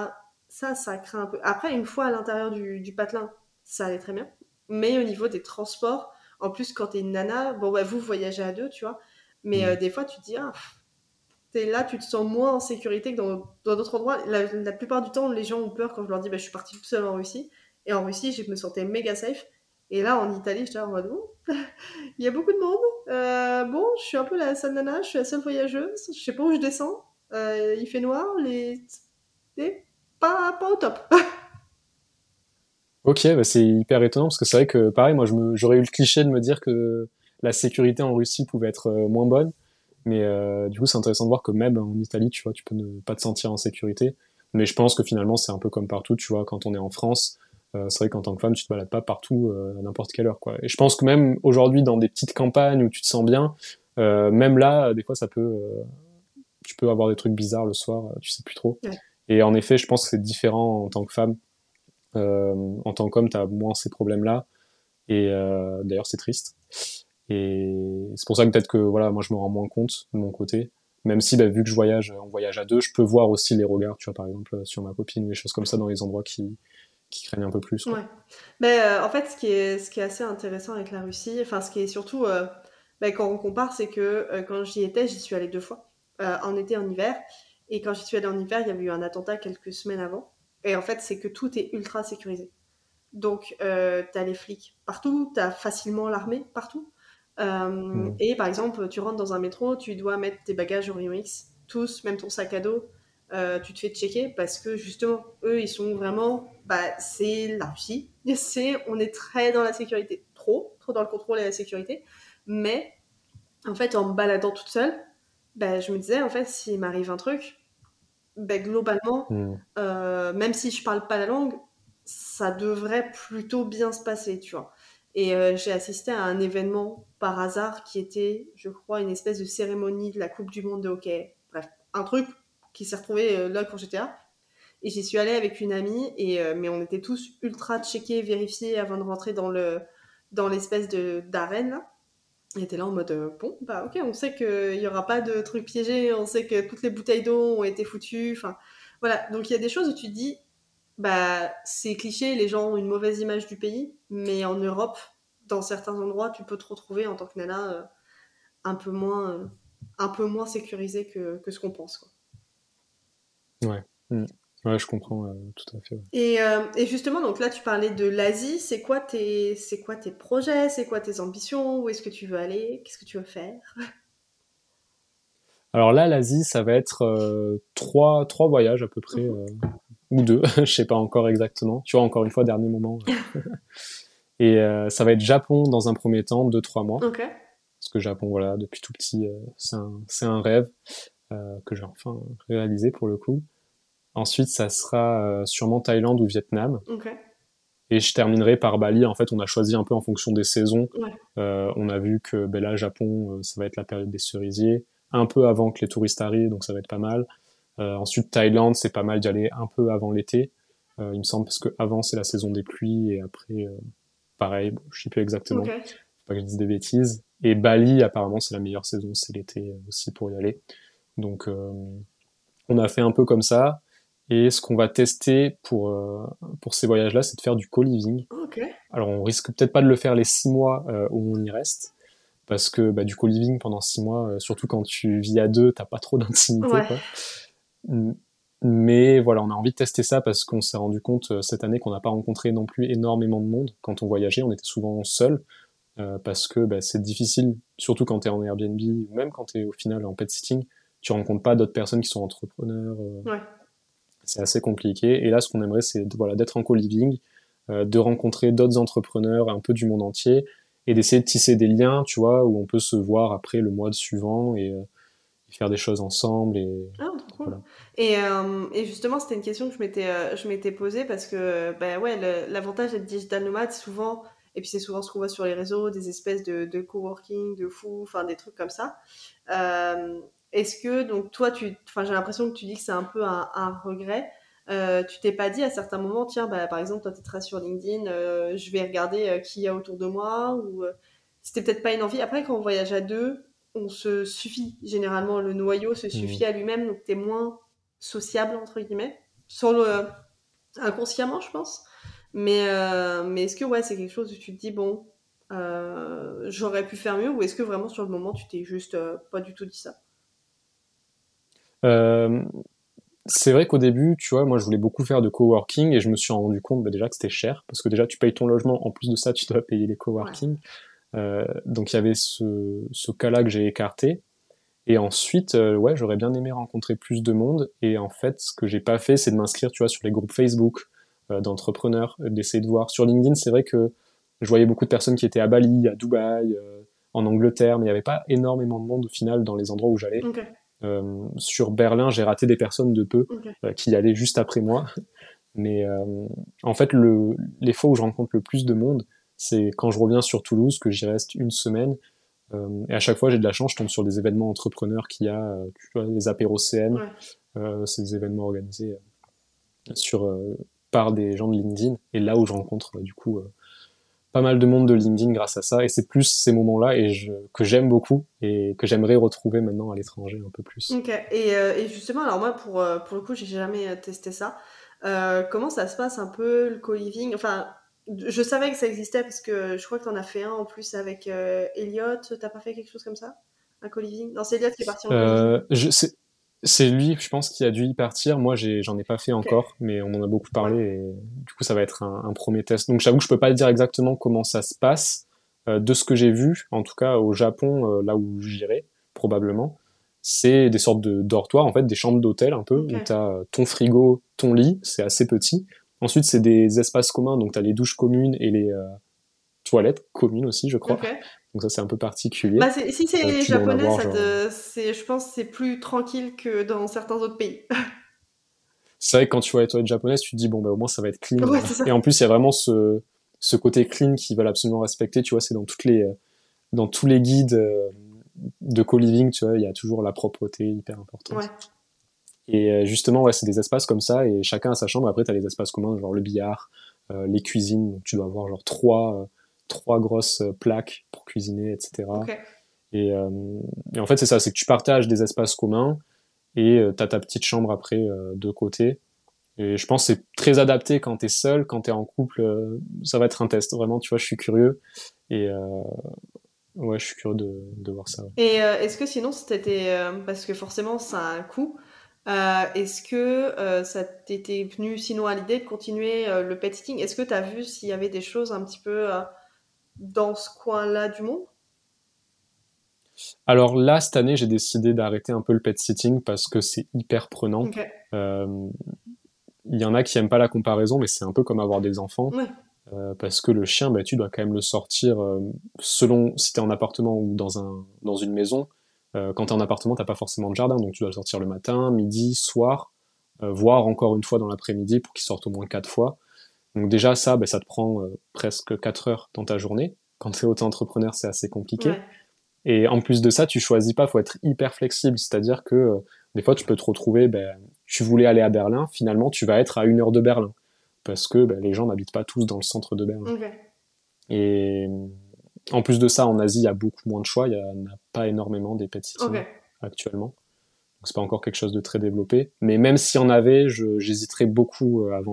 ça craint un peu. Après, une fois à l'intérieur du patelin, ça allait très bien. Mais au niveau des transports, en plus, quand t'es une nana, bon, bah, vous voyagez à deux, tu vois. Mais Hmm. des fois, tu te dis, ah, t'es là, tu te sens moins en sécurité que dans d'autres endroits. La plupart du temps, les gens ont peur quand je leur dis, bah, je suis partie toute seule en Russie. Et en Russie, je me sentais méga safe. Et là, en Italie, j'étais en mode, oh, il y a beaucoup de monde. Bon, je suis un peu la seule nana, je suis la seule voyageuse. Je sais pas où je descends. Il fait noir, c'est pas au top. Ok, bah c'est hyper étonnant parce que c'est vrai que pareil, moi j'aurais eu le cliché de me dire que la sécurité en Russie pouvait être moins bonne, mais du coup c'est intéressant de voir que même en Italie, tu vois, tu peux ne pas te sentir en sécurité. Mais je pense que finalement c'est un peu comme partout, tu vois, quand on est en France, c'est vrai qu'en tant que femme, tu te balades pas partout à n'importe quelle heure, quoi. Et je pense que même aujourd'hui dans des petites campagnes où tu te sens bien, même là, des fois tu peux avoir des trucs bizarres le soir, tu sais plus trop. Ouais. Et en effet, je pense que c'est différent en tant que femme. En tant qu'homme, t'as moins ces problèmes-là. Et d'ailleurs, c'est triste. Et c'est pour ça que peut-être que voilà, moi je me rends moins compte de mon côté. Même si, bah, vu que on voyage à deux, je peux voir aussi les regards, tu vois, par exemple, sur ma copine ou des choses comme ça dans les endroits qui craignent un peu plus, quoi. Ouais. Mais en fait, ce qui est assez intéressant avec la Russie, enfin, ce qui est surtout, quand on compare, c'est que quand j'y étais, j'y suis allée deux fois, en été, en hiver. Et quand j'y suis allée en hiver, il y avait eu un attentat quelques semaines avant. Et en fait, c'est que tout est ultra sécurisé. Donc, tu as les flics partout, tu as facilement l'armée partout. Mm. Et par exemple, tu rentres dans un métro, tu dois mettre tes bagages Oreo X, tous, même ton sac à dos. tu te fais checker parce que justement, eux, ils sont vraiment, c'est la Russie. On est très dans la sécurité, trop dans le contrôle et la sécurité. Mais en fait, en me baladant toute seule, je me disais, en fait, s'il m'arrive un truc, globalement, Mm. même si je parle pas la langue, ça devrait plutôt bien se passer, tu vois. Et j'ai assisté à un événement par hasard qui était, je crois, une espèce de cérémonie de la Coupe du Monde de hockey. Bref, un truc qui s'est retrouvé là quand j'étais là. Et j'y suis allée avec une amie, mais on était tous ultra checkés, vérifiés avant de rentrer dans l'espèce d'arène là. Et était là en mode bon, ok, on sait qu'il n'y aura pas de trucs piégés, on sait que toutes les bouteilles d'eau ont été foutues. Enfin, voilà. Donc il y a des choses où tu te dis, c'est cliché, les gens ont une mauvaise image du pays, mais en Europe, dans certains endroits, tu peux te retrouver en tant que nana un peu moins, un peu moins sécurisé que ce qu'on pense, quoi. Ouais. Mm. Ouais, je comprends tout à fait. Ouais. Et justement, donc là, tu parlais de l'Asie. C'est quoi tes projets? C'est quoi tes ambitions? Où est-ce que tu veux aller? Qu'est-ce que tu veux faire? Alors là, l'Asie, ça va être trois voyages à peu près, Mhm. ou deux, je sais pas encore exactement. Tu vois, encore une fois, dernier moment. Et ça va être Japon dans un premier temps, 2-3 mois. Ok. Parce que Japon, voilà, depuis tout petit, c'est un rêve que j'ai enfin réalisé pour le coup. Ensuite, ça sera sûrement Thaïlande ou Vietnam. Ok. Et je terminerai par Bali. En fait, on a choisi un peu en fonction des saisons. Ouais. On a vu que là, Japon, ça va être la période des cerisiers, un peu avant que les touristes arrivent, donc ça va être pas mal. Ensuite, Thaïlande, c'est pas mal d'y aller un peu avant l'été, il me semble, parce que avant c'est la saison des pluies et après, pareil, bon, je sais plus exactement, Ok. faut pas que je dise des bêtises. Et Bali, apparemment, c'est la meilleure saison, c'est l'été aussi pour y aller. Donc, on a fait un peu comme ça. Et ce qu'on va tester pour ces voyages-là, c'est de faire du co-living. Ok. Alors, on risque peut-être pas de le faire les 6 mois où on y reste, parce que du co-living pendant 6 mois, surtout quand tu vis à deux, t'as pas trop d'intimité, Ouais. quoi. Mais voilà, on a envie de tester ça parce qu'on s'est rendu compte cette année qu'on n'a pas rencontré non plus énormément de monde quand on voyageait. On était souvent seul parce que c'est difficile, surtout quand tu es en Airbnb ou même quand tu es au final en pet sitting, tu rencontres pas d'autres personnes qui sont entrepreneurs. Ouais. C'est assez compliqué. Et là, ce qu'on aimerait, c'est voilà, d'être en co-living, de rencontrer d'autres entrepreneurs un peu du monde entier et d'essayer de tisser des liens, tu vois, où on peut se voir après le mois suivant et faire des choses ensemble. Et Ah, trop cool. voilà. Et justement, c'était une question que je m'étais posée parce que, ouais, l'avantage d'être digital nomade, souvent, et puis c'est souvent ce qu'on voit sur les réseaux, des espèces de coworking, de fou, enfin des trucs comme ça. Euh, Est-ce que, donc, toi, enfin, j'ai l'impression que tu dis que c'est un peu un regret. Tu t'es pas dit à certains moments, tiens, par exemple, toi, tu es très sur LinkedIn, je vais regarder qui il y a autour de moi, ou c'était peut-être pas une envie. Après, quand on voyage à deux, on se suffit. Généralement, le noyau se Mm. suffit à lui-même, donc t'es moins sociable, entre guillemets, inconsciemment, je pense. Mais est-ce que, ouais, c'est quelque chose où tu te dis, bon, j'aurais pu faire mieux, ou est-ce que vraiment sur le moment, tu t'es juste pas du tout dit ça? Euh, c'est vrai qu'au début, tu vois, moi je voulais beaucoup faire de coworking et je me suis rendu compte déjà que c'était cher parce que déjà tu payes ton logement, en plus de ça tu dois payer les Ouais. coworking. Donc il y avait ce cas-là que j'ai écarté. Et ensuite, ouais, j'aurais bien aimé rencontrer plus de monde. Et en fait, ce que j'ai pas fait, c'est de m'inscrire, tu vois, sur les groupes Facebook d'entrepreneurs, d'essayer de voir. Sur LinkedIn, c'est vrai que je voyais beaucoup de personnes qui étaient à Bali, à Dubaï, en Angleterre, mais il n'y avait pas énormément de monde au final dans les endroits où j'allais. Ok, Sur Berlin, j'ai raté des personnes de peu ok. qui allaient juste après moi. Mais en fait, les fois où je rencontre le plus de monde, c'est quand je reviens sur Toulouse, que j'y reste une semaine. Et à chaque fois, j'ai de la chance, je tombe sur des événements entrepreneurs qu'il y a, tu vois, les apéros CM, Ouais. c'est des événements organisés sur, par des gens de LinkedIn. Et là où je rencontre du coup pas mal de monde de LinkedIn grâce à ça. Et c'est plus ces moments-là que j'aime beaucoup et que j'aimerais retrouver maintenant à l'étranger un peu plus. Ok. Et justement, alors moi, pour le coup, j'ai jamais testé ça. Comment ça se passe un peu le co-living? Enfin, je savais que ça existait parce que je crois que t'en as fait un en plus avec Elliot. T'as pas fait quelque chose comme ça? Un co-living? Non, c'est Elliot qui est parti en co-living. Euh, je, c'est, c'est lui, je pense, qui a dû y partir. Moi, j'en ai pas fait Ok. encore, mais on en a beaucoup Ouais. parlé et du coup, ça va être un premier test. Donc, j'avoue que je peux pas dire exactement comment ça se passe. De ce que j'ai vu, en tout cas au Japon, là où j'irai, probablement. c'est des sortes de dortoirs, en fait, des chambres d'hôtel un peu, Ok, où tu as ton frigo, ton lit, c'est assez petit. Ensuite, c'est des espaces communs, donc tu as les douches communes et les toilettes communes aussi, je crois. ok. Donc ça, c'est un peu particulier. Bah, si c'est Tu dois en japonais, avoir genre... je pense que c'est plus tranquille que dans certains autres pays. C'est vrai que quand tu vois les toilettes japonaises, tu te dis, bon, bah, au moins, ça va être clean. Ouais, c'est ça. Et en plus, il y a vraiment ce côté clean qu'ils veulent absolument respecter. Tu vois, c'est dans tous les guides de co-living, tu vois, il y a toujours la propreté hyper Ouais, importante. Et justement, ouais, c'est des espaces comme ça, et chacun a sa chambre. Après, tu as les espaces communs, genre le billard, les cuisines. Donc, tu dois avoir genre trois grosses plaques pour cuisiner, etc. ok. Et, euh, et en fait, c'est ça, c'est que tu partages des espaces communs, et tu as ta petite chambre après de côté. Et je pense que c'est très adapté quand t'es seul, quand t'es en couple, ça va être un test. Vraiment, tu vois, je suis curieux. Et ouais, je suis curieux de voir ça. Ouais. Et est-ce que sinon, c'était parce que forcément, ça a un coût, est-ce que ça t'était venu sinon à l'idée de continuer le pet sitting? Est-ce que tu as vu s'il y avait des choses un petit peu dans ce coin-là du monde? Alors là, cette année, j'ai décidé d'arrêter un peu le pet sitting parce que c'est hyper prenant. Ok, Euh, Il y en a qui aiment pas la comparaison, mais c'est un peu comme avoir des enfants. ouais, Parce que le chien, bah, tu dois quand même le sortir selon si t'es en appartement ou dans une maison. Quand t'es en appartement, t'as pas forcément de jardin, donc tu dois le sortir le matin, midi, soir, voire encore une fois dans l'après-midi pour qu'il sorte au moins 4 fois. Donc déjà ça, bah, ça te prend presque 4 heures dans ta journée. Quand t'es auto-entrepreneur, c'est assez compliqué. ouais. Et en plus de ça, tu choisis pas, faut être hyper flexible. C'est-à-dire que des fois, tu peux te retrouver, ben, tu voulais aller à Berlin, finalement, tu vas être à 1 heure de Berlin. Parce que ben, les gens n'habitent pas tous dans le centre de Berlin. Ok, Et en plus de ça, en Asie, il y a beaucoup moins de choix. Il n'y en a pas énormément des pet ok, sitting actuellement. Donc c'est pas encore quelque chose de très développé. Mais même s'il y en avait, j'hésiterais beaucoup avant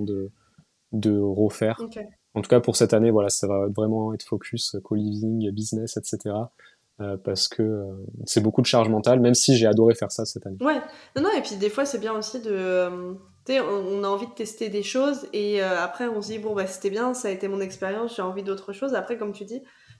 de refaire. ok. En tout cas, pour cette année, voilà, ça va vraiment être focus co-living, business, etc. Parce que c'est beaucoup de charge mentale, même si j'ai adoré faire ça cette année. Ouais, non, non, et puis des fois, c'est bien aussi de. Tu sais, on a envie de tester des choses et après, on se dit, bon, bah, c'était bien, ça a été mon expérience, j'ai envie d'autre chose. Après, comme tu dis,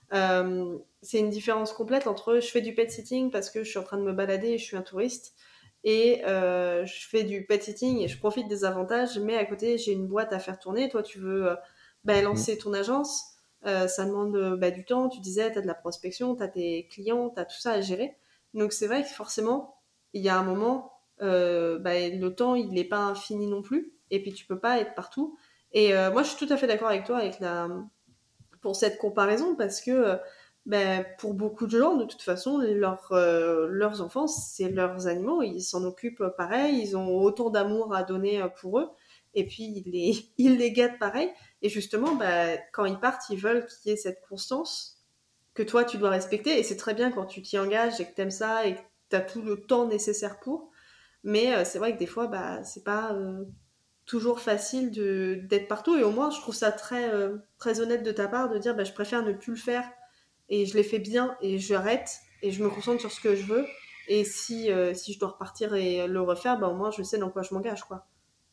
c'est une différence complète entre je fais du pet sitting parce que je suis en train de me balader et je suis un touriste, et je fais du pet sitting et je profite des avantages, mais à côté, j'ai une boîte à faire tourner. Toi, tu veux bah, Mm. lancer ton agence, ça demande bah, du temps. Tu disais, tu as de la prospection, tu as tes clients, tu as tout ça à gérer. Donc, c'est vrai que forcément, il y a un moment, bah, le temps, il n'est pas infini non plus. Et puis, tu peux pas être partout. Et moi, je suis tout à fait d'accord avec toi pour cette comparaison parce que ben, pour beaucoup de gens, de toute façon, leurs enfants, c'est leurs animaux. Ils s'en occupent pareil. Ils ont autant d'amour à donner pour eux. Et puis, ils les gâtent pareil. Et justement, ben, quand ils partent, ils veulent qu'il y ait cette constance que toi, tu dois respecter. Et c'est très bien quand tu t'y engages et que tu aimes ça et que tu as tout le temps nécessaire pour. Mais c'est vrai que des fois, bah, c'est pas toujours facile d'être partout. Et au moins, je trouve ça très honnête de ta part de dire bah, je préfère ne plus le faire et je l'ai fait bien et j'arrête et je me concentre sur ce que je veux. Et si je dois repartir et le refaire, bah, au moins je sais dans quoi je m'engage, quoi.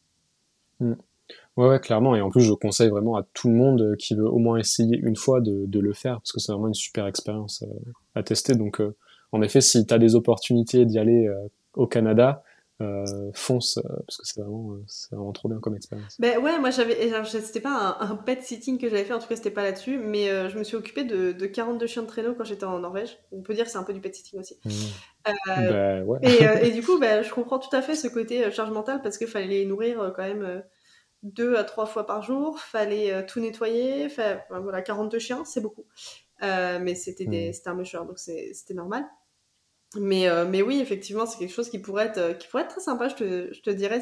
Mm. Ouais, ouais, clairement. Et en plus, je conseille vraiment à tout le monde qui veut au moins essayer une fois de le faire, parce que c'est vraiment une super expérience à tester. Donc, en effet, si tu as des opportunités d'y aller au Canada, fonce, parce que c'est vraiment trop bien comme expérience. Ben ouais, moi c'était pas un pet sitting que j'avais fait, en tout cas c'était pas là-dessus, mais je me suis occupée de 42 chiens de traîneau quand j'étais en Norvège. On peut dire que c'est un peu du pet sitting aussi. Mm. Euh, Ben ouais. et du coup, ben, je comprends tout à fait ce côté charge mentale parce qu'il fallait les nourrir quand même 2 à 3 fois par jour, fallait tout nettoyer, enfin, voilà, 42 chiens, c'est beaucoup. Mais Mm. c'était un musher, donc c'était normal. Mais oui, effectivement, c'est quelque chose qui pourrait être très sympa. Je te dirais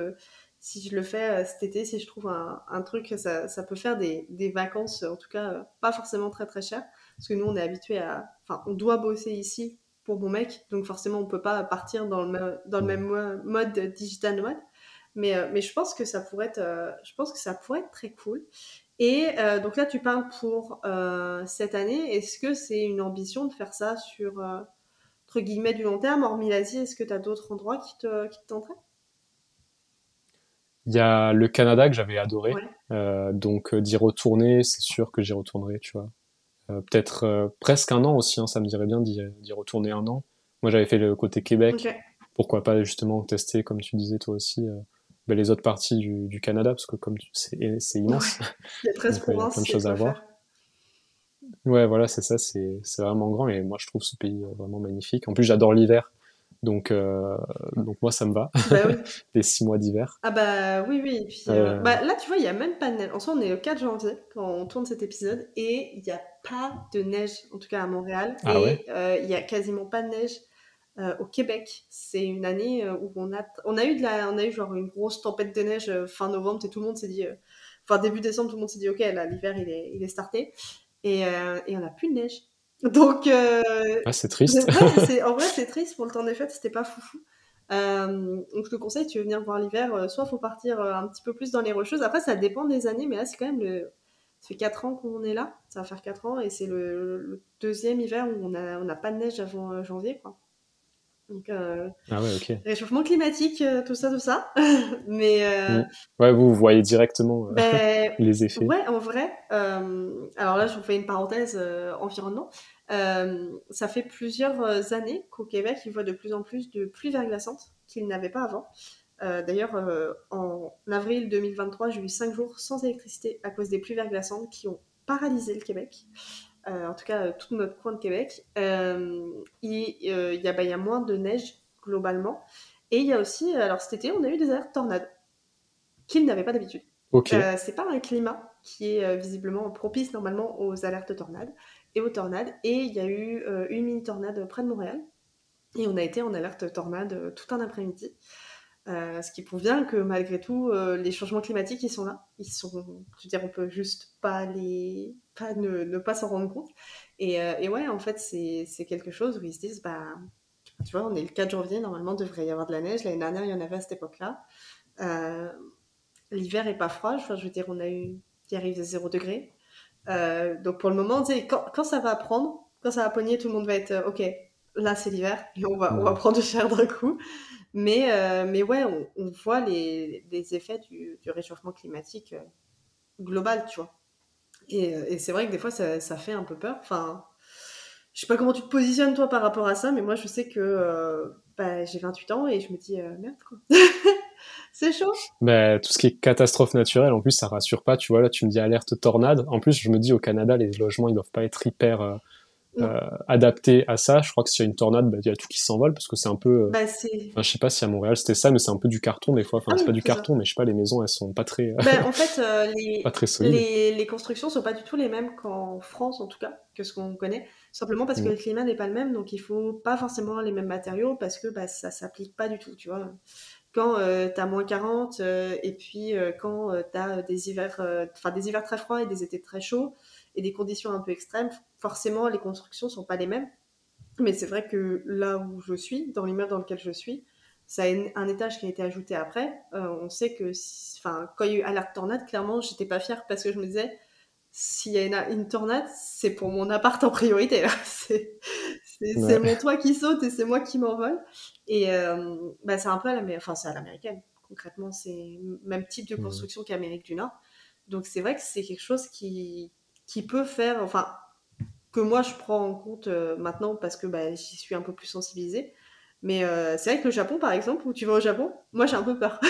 si je le fais cet été, si je trouve un truc, ça peut faire des vacances, en tout cas, pas forcément très très chères. Parce que nous, on est habitué enfin, on doit bosser ici pour mon mec, donc forcément, on peut pas partir dans le Mm. même mode digital nomade. Mais je pense que je pense que ça pourrait être très cool. Et donc là, tu parles pour cette année. Est-ce que c'est une ambition de faire ça sur entre guillemets du long terme, hormis l'Asie, est-ce que tu as d'autres endroits qui te tenteraient? Il y a le Canada que j'avais adoré, Ouais. donc d'y retourner, c'est sûr que j'y retournerai, tu vois. Peut-être presque un an aussi, hein, ça me dirait bien d'y retourner un an. Moi, j'avais fait le côté Ok. Québec. Pourquoi pas justement tester, comme tu disais toi aussi, les autres parties du Canada, parce que comme c'est Ouais. immense, Il y a 13 donc il y a plein de provinces, il y a de choses à quoi voir. faire. Ouais, voilà, c'est ça, c'est vraiment grand et moi je trouve ce pays vraiment magnifique. En plus, j'adore l'hiver, donc donc moi ça me va, Bah oui. les 6 mois d'hiver. Ah bah oui, oui. Et puis, Euh, bah là, tu vois, il y a même pas de neige. En soi, on est le 4 janvier quand on tourne cet épisode et il n'y a pas de neige, en tout cas à Montréal. ah ouais? Et il y a quasiment pas de neige au Québec. C'est une année où on a eu genre une grosse tempête de neige fin novembre et tout le monde s'est dit, enfin début décembre, tout le monde s'est dit, ok, là, l'hiver, il est starté. Et on n'a plus de neige. Donc, Ah, c'est triste. ouais, en vrai, c'est triste pour le temps des fêtes, c'était pas foufou. Donc, je te conseille, tu veux venir voir l'hiver, soit faut partir un petit peu plus dans les Rocheuses. Après, ça dépend des années, mais là, c'est quand même ça fait 4 ans qu'on est là. Ça va faire 4 ans et c'est le deuxième hiver où on n'a pas de neige avant janvier, quoi. Donc, Ah ouais, ok. réchauffement climatique, tout ça, tout ça. Mais, Mm. Ouais, vous voyez directement ben les effets. ouais, en vrai, alors là, je vous fais une parenthèse environnement. Ça fait plusieurs années qu'au Québec, ils voient de plus en plus de pluies verglaçantes qu'ils n'avaient pas avant. D'ailleurs, en avril 2023, j'ai eu 5 jours sans électricité à cause des pluies verglaçantes qui ont paralysé le Québec. En tout cas, tout notre coin de Québec. Il y a moins de neige globalement. Et il y a aussi, alors cet été, on a eu des alertes tornades qu'ils n'avaient pas d'habitude. Ok, C'est pas un climat qui est visiblement propice normalement aux alertes tornades et aux tornades. Et il y a eu une mini tornade près de Montréal. Et on a été en alerte tornade tout un après-midi. Ce qui prouve bien que malgré tout, les changements climatiques, ils sont là. Je veux dire, on peut juste ne pas s'en rendre compte. Et ouais, en fait, c'est quelque chose où ils se disent, bah, tu vois, on est le 4 janvier, normalement, il devrait y avoir de la neige. L'année dernière, il y en avait à cette époque-là. Euh, L'hiver est pas froid. Enfin, je veux dire, il arrive à 0 degré. Donc pour le moment, tu sais, quand ça va prendre, quand ça va pogner, tout le monde va être ok. Là, c'est l'hiver et on va ouais. prendre cher d'un coup. Mais ouais, on voit les effets du réchauffement climatique global, tu vois. Et c'est vrai que des fois, ça fait un peu peur. Enfin, je sais pas comment tu te positionnes toi par rapport à ça, mais moi, je sais que bah, j'ai 28 ans et je me dis merde quoi. C'est chaud. Bah, tout ce qui est catastrophe naturelle, en plus, ça rassure pas. Tu vois, là, tu me dis alerte tornade. En plus, je me dis au Canada, les logements, ils doivent pas être hyper Non. adaptés à ça. Je crois que s'il y a une tornade, bah, il y a tout qui s'envole parce que c'est un peu. Bah c'est. Enfin, je sais pas si à Montréal c'était ça, mais c'est un peu du carton des fois. Ah Enfin, c'est pas oui, du c'est ça. carton, mais je sais pas, les maisons, elles sont pas très, Ben, en fait, pas très solides. les constructions sont pas du tout les mêmes qu'en France, en tout cas, que ce qu'on connaît. Simplement parce que Mm. le climat n'est pas le même, donc il faut pas forcément les mêmes matériaux parce que bah, ça s'applique pas du tout, tu vois. Quand t'as moins 40 et puis quand t'as des hivers très froids et des étés très chauds et des conditions un peu extrêmes, forcément les constructions sont pas les mêmes. Mais c'est vrai que là où je suis, dans l'immeuble dans lequel je suis, ça a un étage qui a été ajouté après. On sait que, enfin, quand il y a eu alerte tornade, clairement, j'étais pas fière parce que je me disais, s'il y a une tornade, c'est pour mon appart en priorité. Là. C'est Ouais. mon toit qui saute et c'est moi qui m'envole. Et bah, c'est un peu enfin, c'est à l'américaine. Concrètement, c'est le même type de Mm. construction qu'Amérique du Nord. Donc c'est vrai que c'est quelque chose qui peut faire, enfin, que moi je prends en compte maintenant parce que bah, j'y suis un peu plus sensibilisée. Mais c'est vrai que le Japon, par exemple, où tu vas au Japon, moi j'ai un peu peur.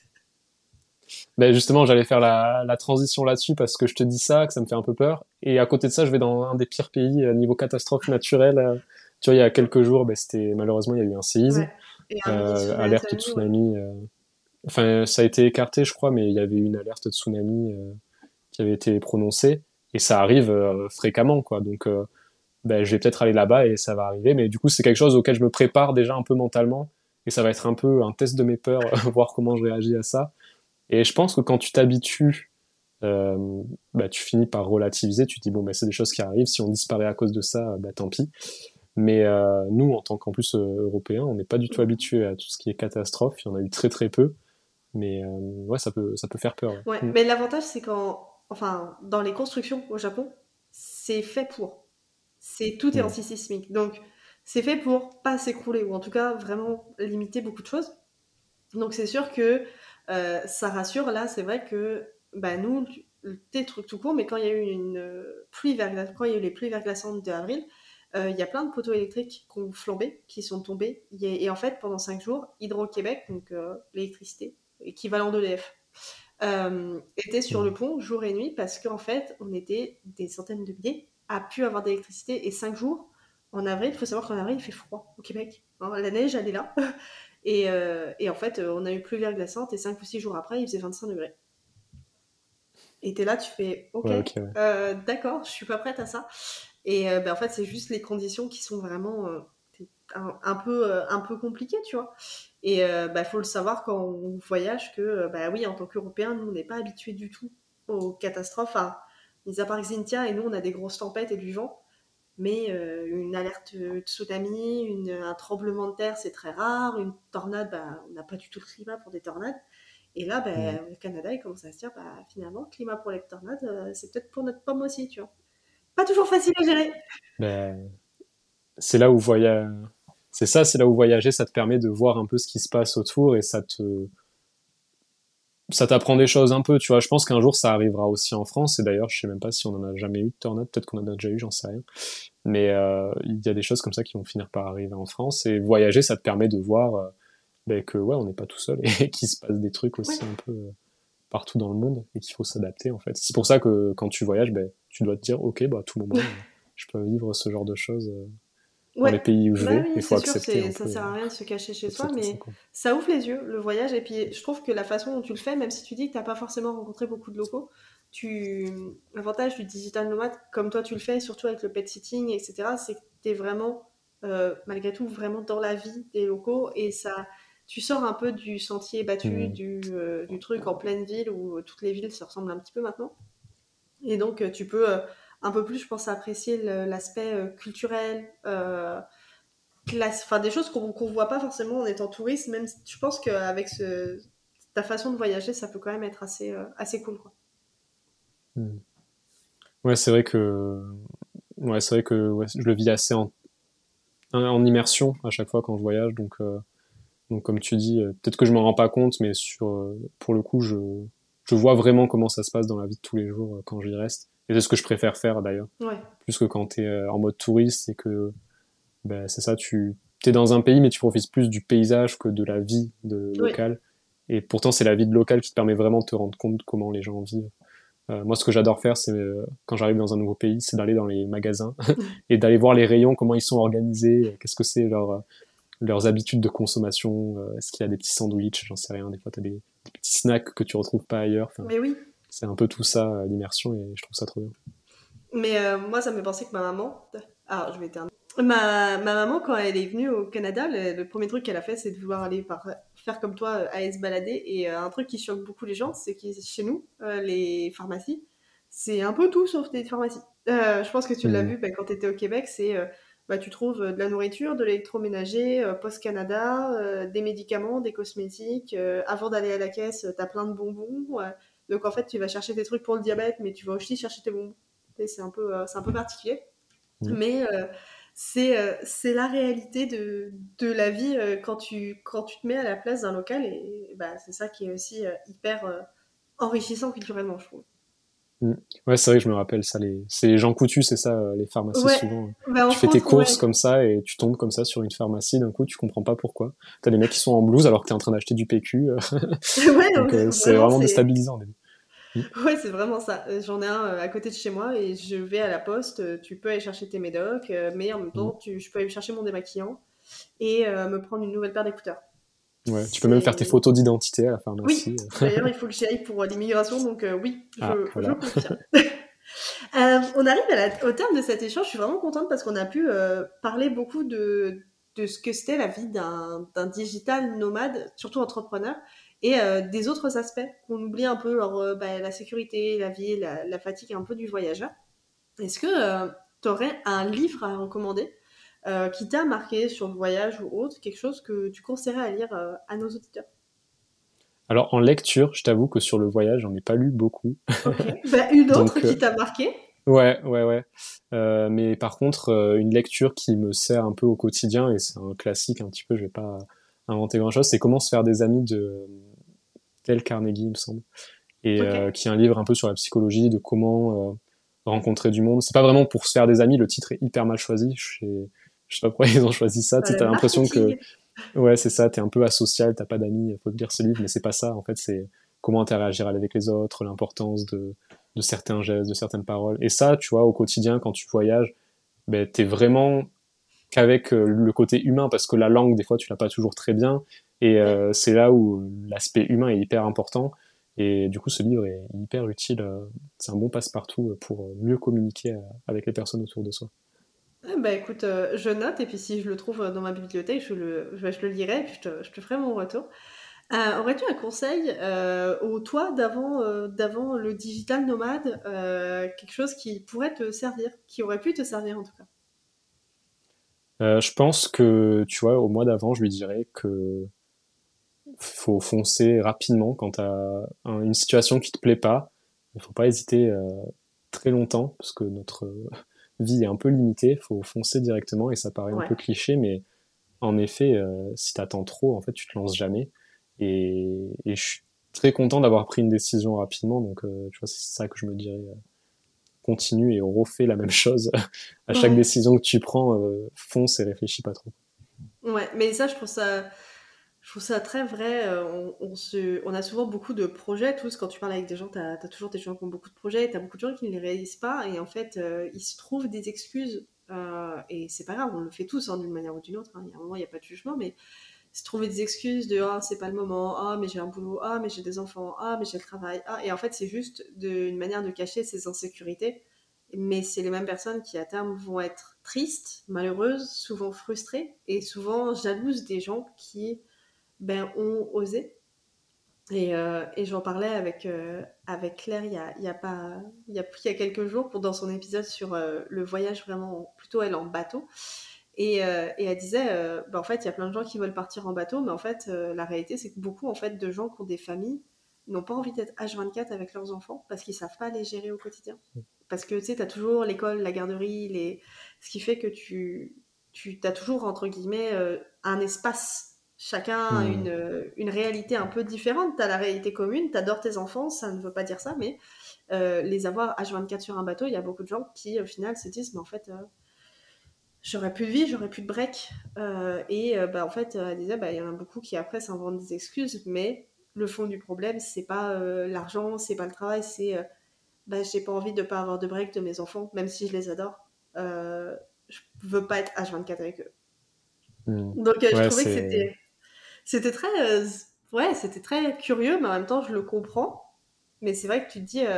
Ben justement, j'allais faire la transition là-dessus parce que je te dis ça, que ça me fait un peu peur. Et à côté de ça, je vais dans un des pires pays niveau catastrophe naturelle. Tu vois, il y a quelques jours, ben, c'était malheureusement il y a eu un séisme, Ouais. Et un mini alerte tsunami, ouais. tsunami. Enfin, ça a été écarté, je crois, mais il y avait une alerte de tsunami qui avait été prononcée et ça arrive fréquemment, quoi. Donc, ben, je vais peut-être aller là-bas et ça va arriver. Mais du coup, c'est quelque chose auquel je me prépare déjà un peu mentalement et ça va être un peu un test de mes peurs, voir comment je réagis à ça. Et je pense que quand tu t'habitues, bah, tu finis par relativiser. Tu te dis bon, bah, c'est des choses qui arrivent. Si on disparaît à cause de ça, bah, tant pis. Mais nous, en tant qu'en plus Européens, on n'est pas du tout habitué à tout ce qui est catastrophe. Il y en a eu très très peu. Mais ouais, ça peut faire peur. Ouais, Ouais. Mm. mais l'avantage c'est enfin, dans les constructions au Japon, c'est fait pour. Tout est Mm. antisismique. Donc, c'est fait pour pas s'écrouler, ou en tout cas vraiment limiter beaucoup de choses. Donc, c'est sûr que ça rassure. Là, c'est vrai que bah, nous, des trucs tout court, mais quand il y a eu quand il y a eu les pluies verglaçantes d'avril, il y a plein de poteaux électriques qui ont flambé, qui sont tombés. Et en fait, pendant 5 jours, Hydro-Québec, donc l'électricité, équivalent d'EDF, était sur le Mhm. pont jour et nuit parce qu'en fait, on était des centaines de milliers à pu avoir d'électricité. Et 5 jours, en avril, il faut savoir qu'en avril, il fait froid au Québec. Hein, la neige, elle est là. Et en fait, on a eu pluie glaçante et 5 ou 6 jours après, il faisait 25 degrés. Et t'es là, tu fais OK, Ouais, ok, ouais. d'accord, je suis pas prête à ça. Et en fait, c'est juste les conditions qui sont vraiment un peu compliquées, tu vois. Et faut le savoir quand on voyage que, oui, en tant qu'Européens, nous, on n'est pas habitués du tout aux catastrophes. Enfin, mis à part Xynthia, et nous, on a des grosses tempêtes et du vent. Mais une alerte tsunami, un tremblement de terre, c'est très rare. Une tornade, on n'a pas du tout le climat pour des tornades. Et là, Mhm. le Canada, il commence à se dire, finalement, le climat pour les tornades, c'est peut-être pour notre pomme aussi, tu vois. Pas toujours facile à gérer. Ben, c'est là où voyager, c'est là où voyager, ça te permet de voir un peu ce qui se passe autour et ça t'apprend des choses un peu, tu vois. Je pense qu'un jour ça arrivera aussi en France et d'ailleurs, je sais même pas si on en a jamais eu de tornade, peut-être qu'on en a déjà eu, j'en sais rien. Mais il y a des choses comme ça qui vont finir par arriver en France et voyager, ça te permet de voir que ouais, on n'est pas tout seul et qu'il se passe des trucs Ouais. aussi un peu partout dans le monde et qu'il faut s'adapter en fait. C'est pour ça que quand tu voyages, tu dois te dire ok, à tout moment, je peux vivre ce genre de choses dans Ouais, les pays où je vais. oui, Il faut c'est sûr, accepter un ça peu, sert à rien de se cacher chez soi, accepter ça mais quoi. ça ouvre les yeux, le voyage. Et puis, je trouve que la façon dont tu le fais, même si tu dis que t'as pas forcément rencontré beaucoup de locaux, l'avantage du digital nomade, comme toi tu le fais, surtout avec le pet sitting, etc., c'est que t'es vraiment, malgré tout, vraiment dans la vie des locaux et ça, tu sors un peu du sentier battu, Hmm. du truc en pleine ville où toutes les villes se ressemblent un petit peu maintenant. Et donc, tu peux un peu plus, je pense, apprécier l'aspect culturel, enfin des choses qu'on voit pas forcément en étant touriste. Même si je pense qu'avec ta façon de voyager, ça peut quand même être assez cool, quoi. Hmm. Ouais, c'est vrai que ouais, je le vis assez en immersion à chaque fois quand je voyage. Donc comme tu dis, peut-être que je m'en rends pas compte, mais pour le coup, je vois vraiment comment ça se passe dans la vie de tous les jours quand j'y reste. Et c'est ce que je préfère faire d'ailleurs, Ouais, plus que quand t'es en mode touriste et que c'est ça, tu t'es dans un pays, mais tu profites plus du paysage que de la vie de oui, locale. Et pourtant, c'est la vie de locale qui te permet vraiment de te rendre compte de comment les gens vivent. Moi, ce que j'adore faire, c'est quand j'arrive dans un nouveau pays, c'est d'aller dans les magasins et d'aller voir les rayons, comment ils sont organisés, qu'est-ce que c'est leurs habitudes de consommation, est-ce qu'il y a des petits sandwichs, j'en sais rien, des fois t'as des petits snacks que tu retrouves pas ailleurs, enfin, mais oui. c'est un peu tout ça, l'immersion, et je trouve ça trop bien. Mais moi, ça me fait penser que ma maman. Alors, je vais éternuer. Ma maman, quand elle est venue au Canada, le premier truc qu'elle a fait, c'est de vouloir aller faire comme toi, aller se balader. Et un truc qui choque beaucoup les gens, c'est que chez nous, les pharmacies, c'est un peu tout sauf des pharmacies. Je pense que tu l'as Mhm. vu quand tu étais au Québec, tu trouves de la nourriture, de l'électroménager, Post Canada, des médicaments, des cosmétiques. Avant d'aller à la caisse, t'as plein de bonbons. Donc en fait, tu vas chercher tes trucs pour le diabète, mais tu vas aussi chercher tes bonbons. Et c'est un peu particulier. Mhm. Mais c'est la réalité de la vie quand tu te mets à la place d'un local. Et c'est ça qui est aussi hyper enrichissant culturellement, je trouve. Mhm. Ouais, c'est vrai que je me rappelle ça, c'est les gens coutus, c'est ça, les pharmacies Ouais, souvent. Tu entre fais tes autres, courses ouais. comme ça et tu tombes comme ça sur une pharmacie, d'un coup tu comprends pas pourquoi. T'as des mecs qui sont en blouse alors que t'es en train d'acheter du PQ, Ouais, non, donc mais c'est vraiment, vraiment déstabilisant. Mhm. ouais, c'est vraiment ça. J'en ai un à côté de chez moi et je vais à la poste. Tu peux aller chercher tes médocs, mais en même Mhm. temps, je peux aller chercher mon démaquillant et me prendre une nouvelle paire d'écouteurs. Ouais, tu peux même faire tes C'est photos d'identité à la Oui, pharmacie. d'ailleurs, il faut que j'y aille pour l'immigration, donc oui, Ah, je voilà. confirme. On arrive au terme de cet échange. Je suis vraiment contente parce qu'on a pu parler beaucoup de ce que c'était la vie d'un digital nomade, surtout entrepreneur, et des autres aspects qu'on oublie un peu, genre la sécurité, la vie, la fatigue un peu du voyageur. Est-ce que tu aurais un livre à recommander qui t'a marqué sur le voyage ou autre, quelque chose que tu conseillerais à lire à nos auditeurs? Alors en lecture, je t'avoue que sur le voyage, j'en ai pas lu beaucoup. Ok. Une autre Donc qui t'a marqué? ouais. Mais par contre, une lecture qui me sert un peu au quotidien et c'est un classique un petit peu. Je vais pas inventer grand-chose. C'est Comment se faire des amis de Dale Carnegie, il me semble, et Ok. qui est un livre un peu sur la psychologie de comment rencontrer du monde. C'est pas vraiment pour se faire des amis. Le titre est hyper mal choisi. Je sais pas pourquoi ils ont choisi ça. Tu sais, t'as l'impression que, Marketing. ouais, c'est ça, t'es un peu asocial, t'as pas d'amis, faut te lire ce livre, mais c'est pas ça. En fait, c'est comment interagir avec les autres, l'importance de certains gestes, de certaines paroles. Et ça, tu vois, au quotidien, quand tu voyages, ben, t'es vraiment qu'avec le côté humain, parce que la langue, des fois, tu l'as pas toujours très bien. Et Ouais. c'est là où l'aspect humain est hyper important. Et du coup, ce livre est hyper utile. C'est un bon passe-partout pour mieux communiquer avec les personnes autour de soi. Ah bah écoute, je note et puis si je le trouve dans ma bibliothèque, je le lirai et puis je te ferai mon retour. Aurais-tu un conseil au toi d'avant le digital nomade, quelque chose qui pourrait te servir, qui aurait pu te servir en tout cas? Je pense que, tu vois, au mois d'avant, je lui dirais que faut foncer rapidement quand t'as une situation qui te plaît pas. Il faut pas hésiter très longtemps parce que notre vie est un peu limitée. Faut foncer directement et ça paraît un Ouais. peu cliché, mais en effet, si t'attends trop, en fait, tu te lances jamais. Et je suis très content d'avoir pris une décision rapidement. Donc, tu vois, c'est ça que je me dirais. Continue et on refait la même chose à chaque Ouais. décision que tu prends. Fonce et réfléchis pas trop. Ouais, mais ça, je trouve ça très vrai. On a souvent beaucoup de projets, tous. Quand tu parles avec des gens, t'as toujours des gens qui ont beaucoup de projets, t'as beaucoup de gens qui ne les réalisent pas, et en fait, ils se trouvent des excuses. Et c'est pas grave, on le fait tous hein, d'une manière ou d'une autre. Hein. Il y a un moment, il n'y a pas de jugement, mais se trouver des excuses de ah, c'est pas le moment, ah, mais j'ai un boulot, ah, mais j'ai des enfants, ah, mais j'ai le travail, ah. Et en fait, c'est juste une manière de cacher ses insécurités. Mais c'est les mêmes personnes qui, à terme, vont être tristes, malheureuses, souvent frustrées et souvent jalouses des gens qui ont osé. Et j'en parlais avec Claire il y a quelques jours dans son épisode sur le voyage vraiment, plutôt elle en bateau. Et elle disait, en fait, il y a plein de gens qui veulent partir en bateau, mais en fait, la réalité, c'est que beaucoup en fait, de gens qui ont des familles n'ont pas envie d'être H24 avec leurs enfants parce qu'ils savent pas les gérer au quotidien. Parce que tu sais, tu as toujours l'école, la garderie, ce qui fait que tu as toujours, entre guillemets, un espace. Chacun a Hmm. une réalité un peu différente. Tu as la réalité commune, tu adores tes enfants, ça ne veut pas dire ça, mais les avoir H24 sur un bateau, il y a beaucoup de gens qui, au final, se disent, mais en fait, j'aurais plus de vie, j'aurais plus de break. En fait, elle disait, il y en a beaucoup qui après s'inventent des excuses, mais le fond du problème, c'est pas l'argent, c'est pas le travail, c'est j'ai pas envie de pas avoir de break de mes enfants, même si je les adore. Je veux pas être H24 avec eux. Hmm. Donc je Ouais, trouvais que c'est c'était très ouais, c'était très curieux, mais en même temps je le comprends. Mais c'est vrai que tu te dis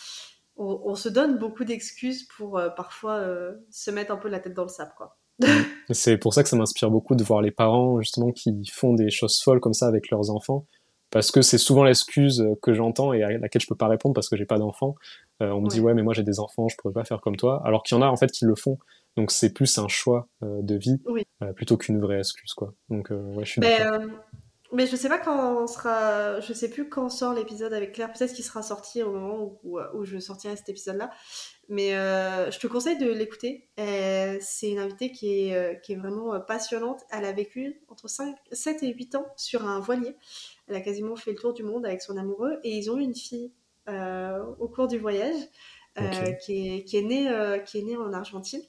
on se donne beaucoup d'excuses pour parfois se mettre un peu la tête dans le sable quoi. hmm. C'est pour ça que ça m'inspire beaucoup de voir les parents justement qui font des choses folles comme ça avec leurs enfants, parce que c'est souvent l'excuse que j'entends et à laquelle je peux pas répondre parce que j'ai pas d'enfants. On me dit Ouais. ouais mais moi j'ai des enfants, je pourrais pas faire comme toi, alors qu'il y en a en fait qui le font. Donc c'est plus un choix de vie Oui. plutôt qu'une vraie excuse quoi. Donc ouais je suis Mais, d'accord. mais je sais pas quand on sera. Je sais plus quand sort l'épisode avec Claire. Peut-être qu'il sera sorti au moment où je sortirai cet épisode-là. Mais je te conseille de l'écouter. C'est une invitée qui est vraiment passionnante. Elle a vécu entre 7 et 8 ans sur un voilier. Elle a quasiment fait le tour du monde avec son amoureux. Et ils ont eu une fille au cours du voyage Ok. qui est née en Argentine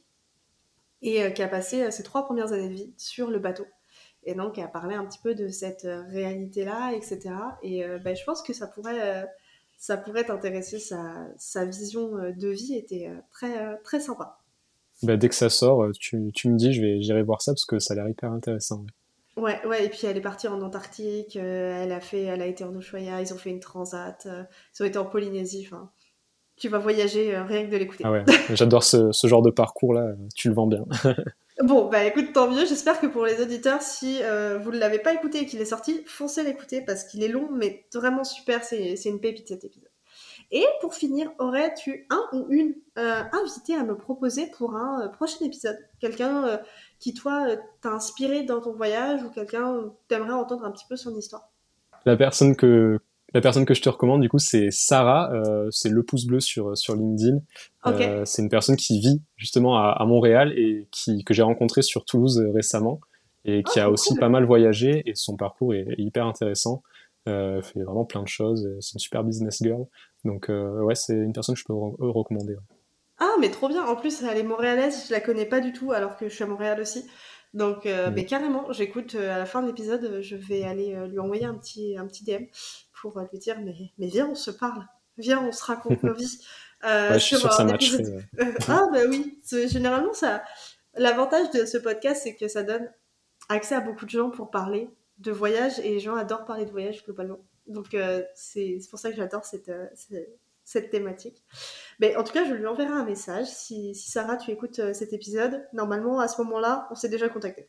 et qui a passé ses 3 premières années de vie sur le bateau. Et donc, elle parlait un petit peu de cette réalité-là, etc. Et je pense que ça pourrait t'intéresser. Sa vision de vie était très sympa. Bah, dès que ça sort, tu me dis, j'irai voir ça parce que ça a l'air hyper intéressant. Ouais, ouais, et puis elle est partie en Antarctique, elle a été en Ushuaïa, ils ont fait une transat, ils ont été en Polynésie, enfin, tu vas voyager rien que de Ah l'écouter. ouais, j'adore ce genre de parcours-là, tu le vends bien. Bon, écoute, tant mieux. J'espère que pour les auditeurs, si vous ne l'avez pas écouté et qu'il est sorti, foncez l'écouter parce qu'il est long, mais vraiment super. C'est une pépite cet épisode. Et pour finir, aurais-tu un ou une invité à me proposer pour un prochain épisode? Quelqu'un qui, toi, t'a inspiré dans ton voyage ou quelqu'un t'aimerais entendre un petit peu son histoire? La personne que la personne que je te recommande, du coup, c'est Sarah, c'est le pouce bleu sur LinkedIn. Ok. C'est une personne qui vit justement à Montréal et que j'ai rencontré sur Toulouse récemment et Ah, qui a trop aussi cool. pas mal voyagé et son parcours est hyper intéressant. Elle fait vraiment plein de choses. C'est une super business girl. Donc ouais, c'est une personne que je peux recommander. Ouais. Ah, mais trop bien. En plus, elle est montréalaise, je la connais pas du tout, alors que je suis à Montréal aussi. Donc, Mm. mais carrément, j'écoute à la fin de l'épisode, je vais aller lui envoyer un petit DM pour lui dire, mais viens, on se parle. Viens, on se raconte nos vies. Ouais, je suis Sur sûr que ça un matcherait. épisode. Ah, bah oui. Généralement, ça. L'avantage de ce podcast, c'est que ça donne accès à beaucoup de gens pour parler de voyage et les gens adorent parler de voyage globalement. Donc, c'est pour ça que j'adore cette thématique. Mais en tout cas, je lui enverrai un message. Si Sarah, tu écoutes cet épisode, normalement, à ce moment-là, on s'est déjà contacté.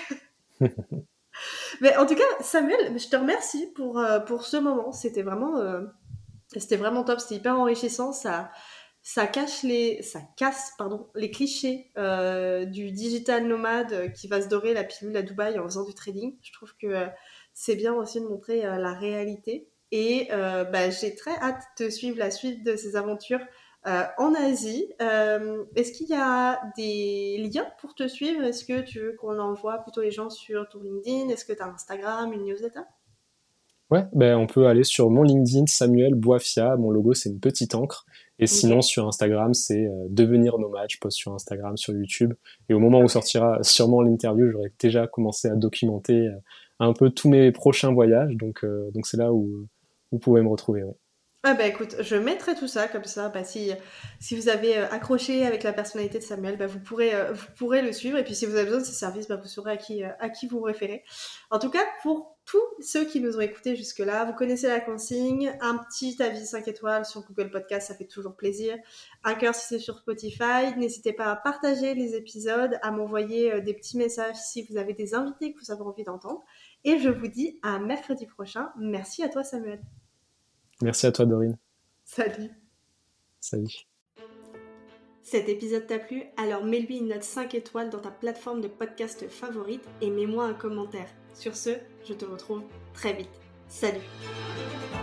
Mais en tout cas, Samuel, je te remercie pour ce moment. C'était vraiment top, c'était hyper enrichissant. Ça casse pardon, les clichés du digital nomade qui va se dorer la pilule à Dubaï en faisant du trading. Je trouve que c'est bien aussi de montrer la réalité. Et bah, j'ai très hâte de suivre la suite de ces aventures en Asie. Est-ce qu'il y a des liens pour te suivre? Est-ce que tu veux qu'on envoie plutôt les gens sur ton LinkedIn? Est-ce que tu as Instagram, une newsletter? Ouais, ben on peut aller sur mon LinkedIn, Samuel Boifia. Mon logo, c'est une petite encre. Et sinon, Ok. sur Instagram, c'est devenir nomade. Je poste sur Instagram, sur YouTube. Et au moment où Ok. sortira sûrement l'interview, j'aurai déjà commencé à documenter un peu tous mes prochains voyages. Donc c'est là où vous pouvez me retrouver. Ouais. Ah bah écoute, je mettrai tout ça comme ça. Bah si vous avez accroché avec la personnalité de Samuel, bah vous pourrez le suivre. Et puis si vous avez besoin de ses services, bah vous saurez à qui vous référer. En tout cas, pour tous ceux qui nous ont écoutés jusque-là, vous connaissez la consigne. Un petit avis 5 étoiles sur Google Podcast, ça fait toujours plaisir. Un cœur si c'est sur Spotify. N'hésitez pas à partager les épisodes, à m'envoyer des petits messages si vous avez des invités que vous avez envie d'entendre. Et je vous dis à mercredi prochain. Merci à toi Samuel. Merci à toi, Dorine. Salut. Salut. Cet épisode t'a plu? Alors mets-lui une note 5 étoiles dans ta plateforme de podcast favorite et mets-moi un commentaire. Sur ce, je te retrouve très vite. Salut!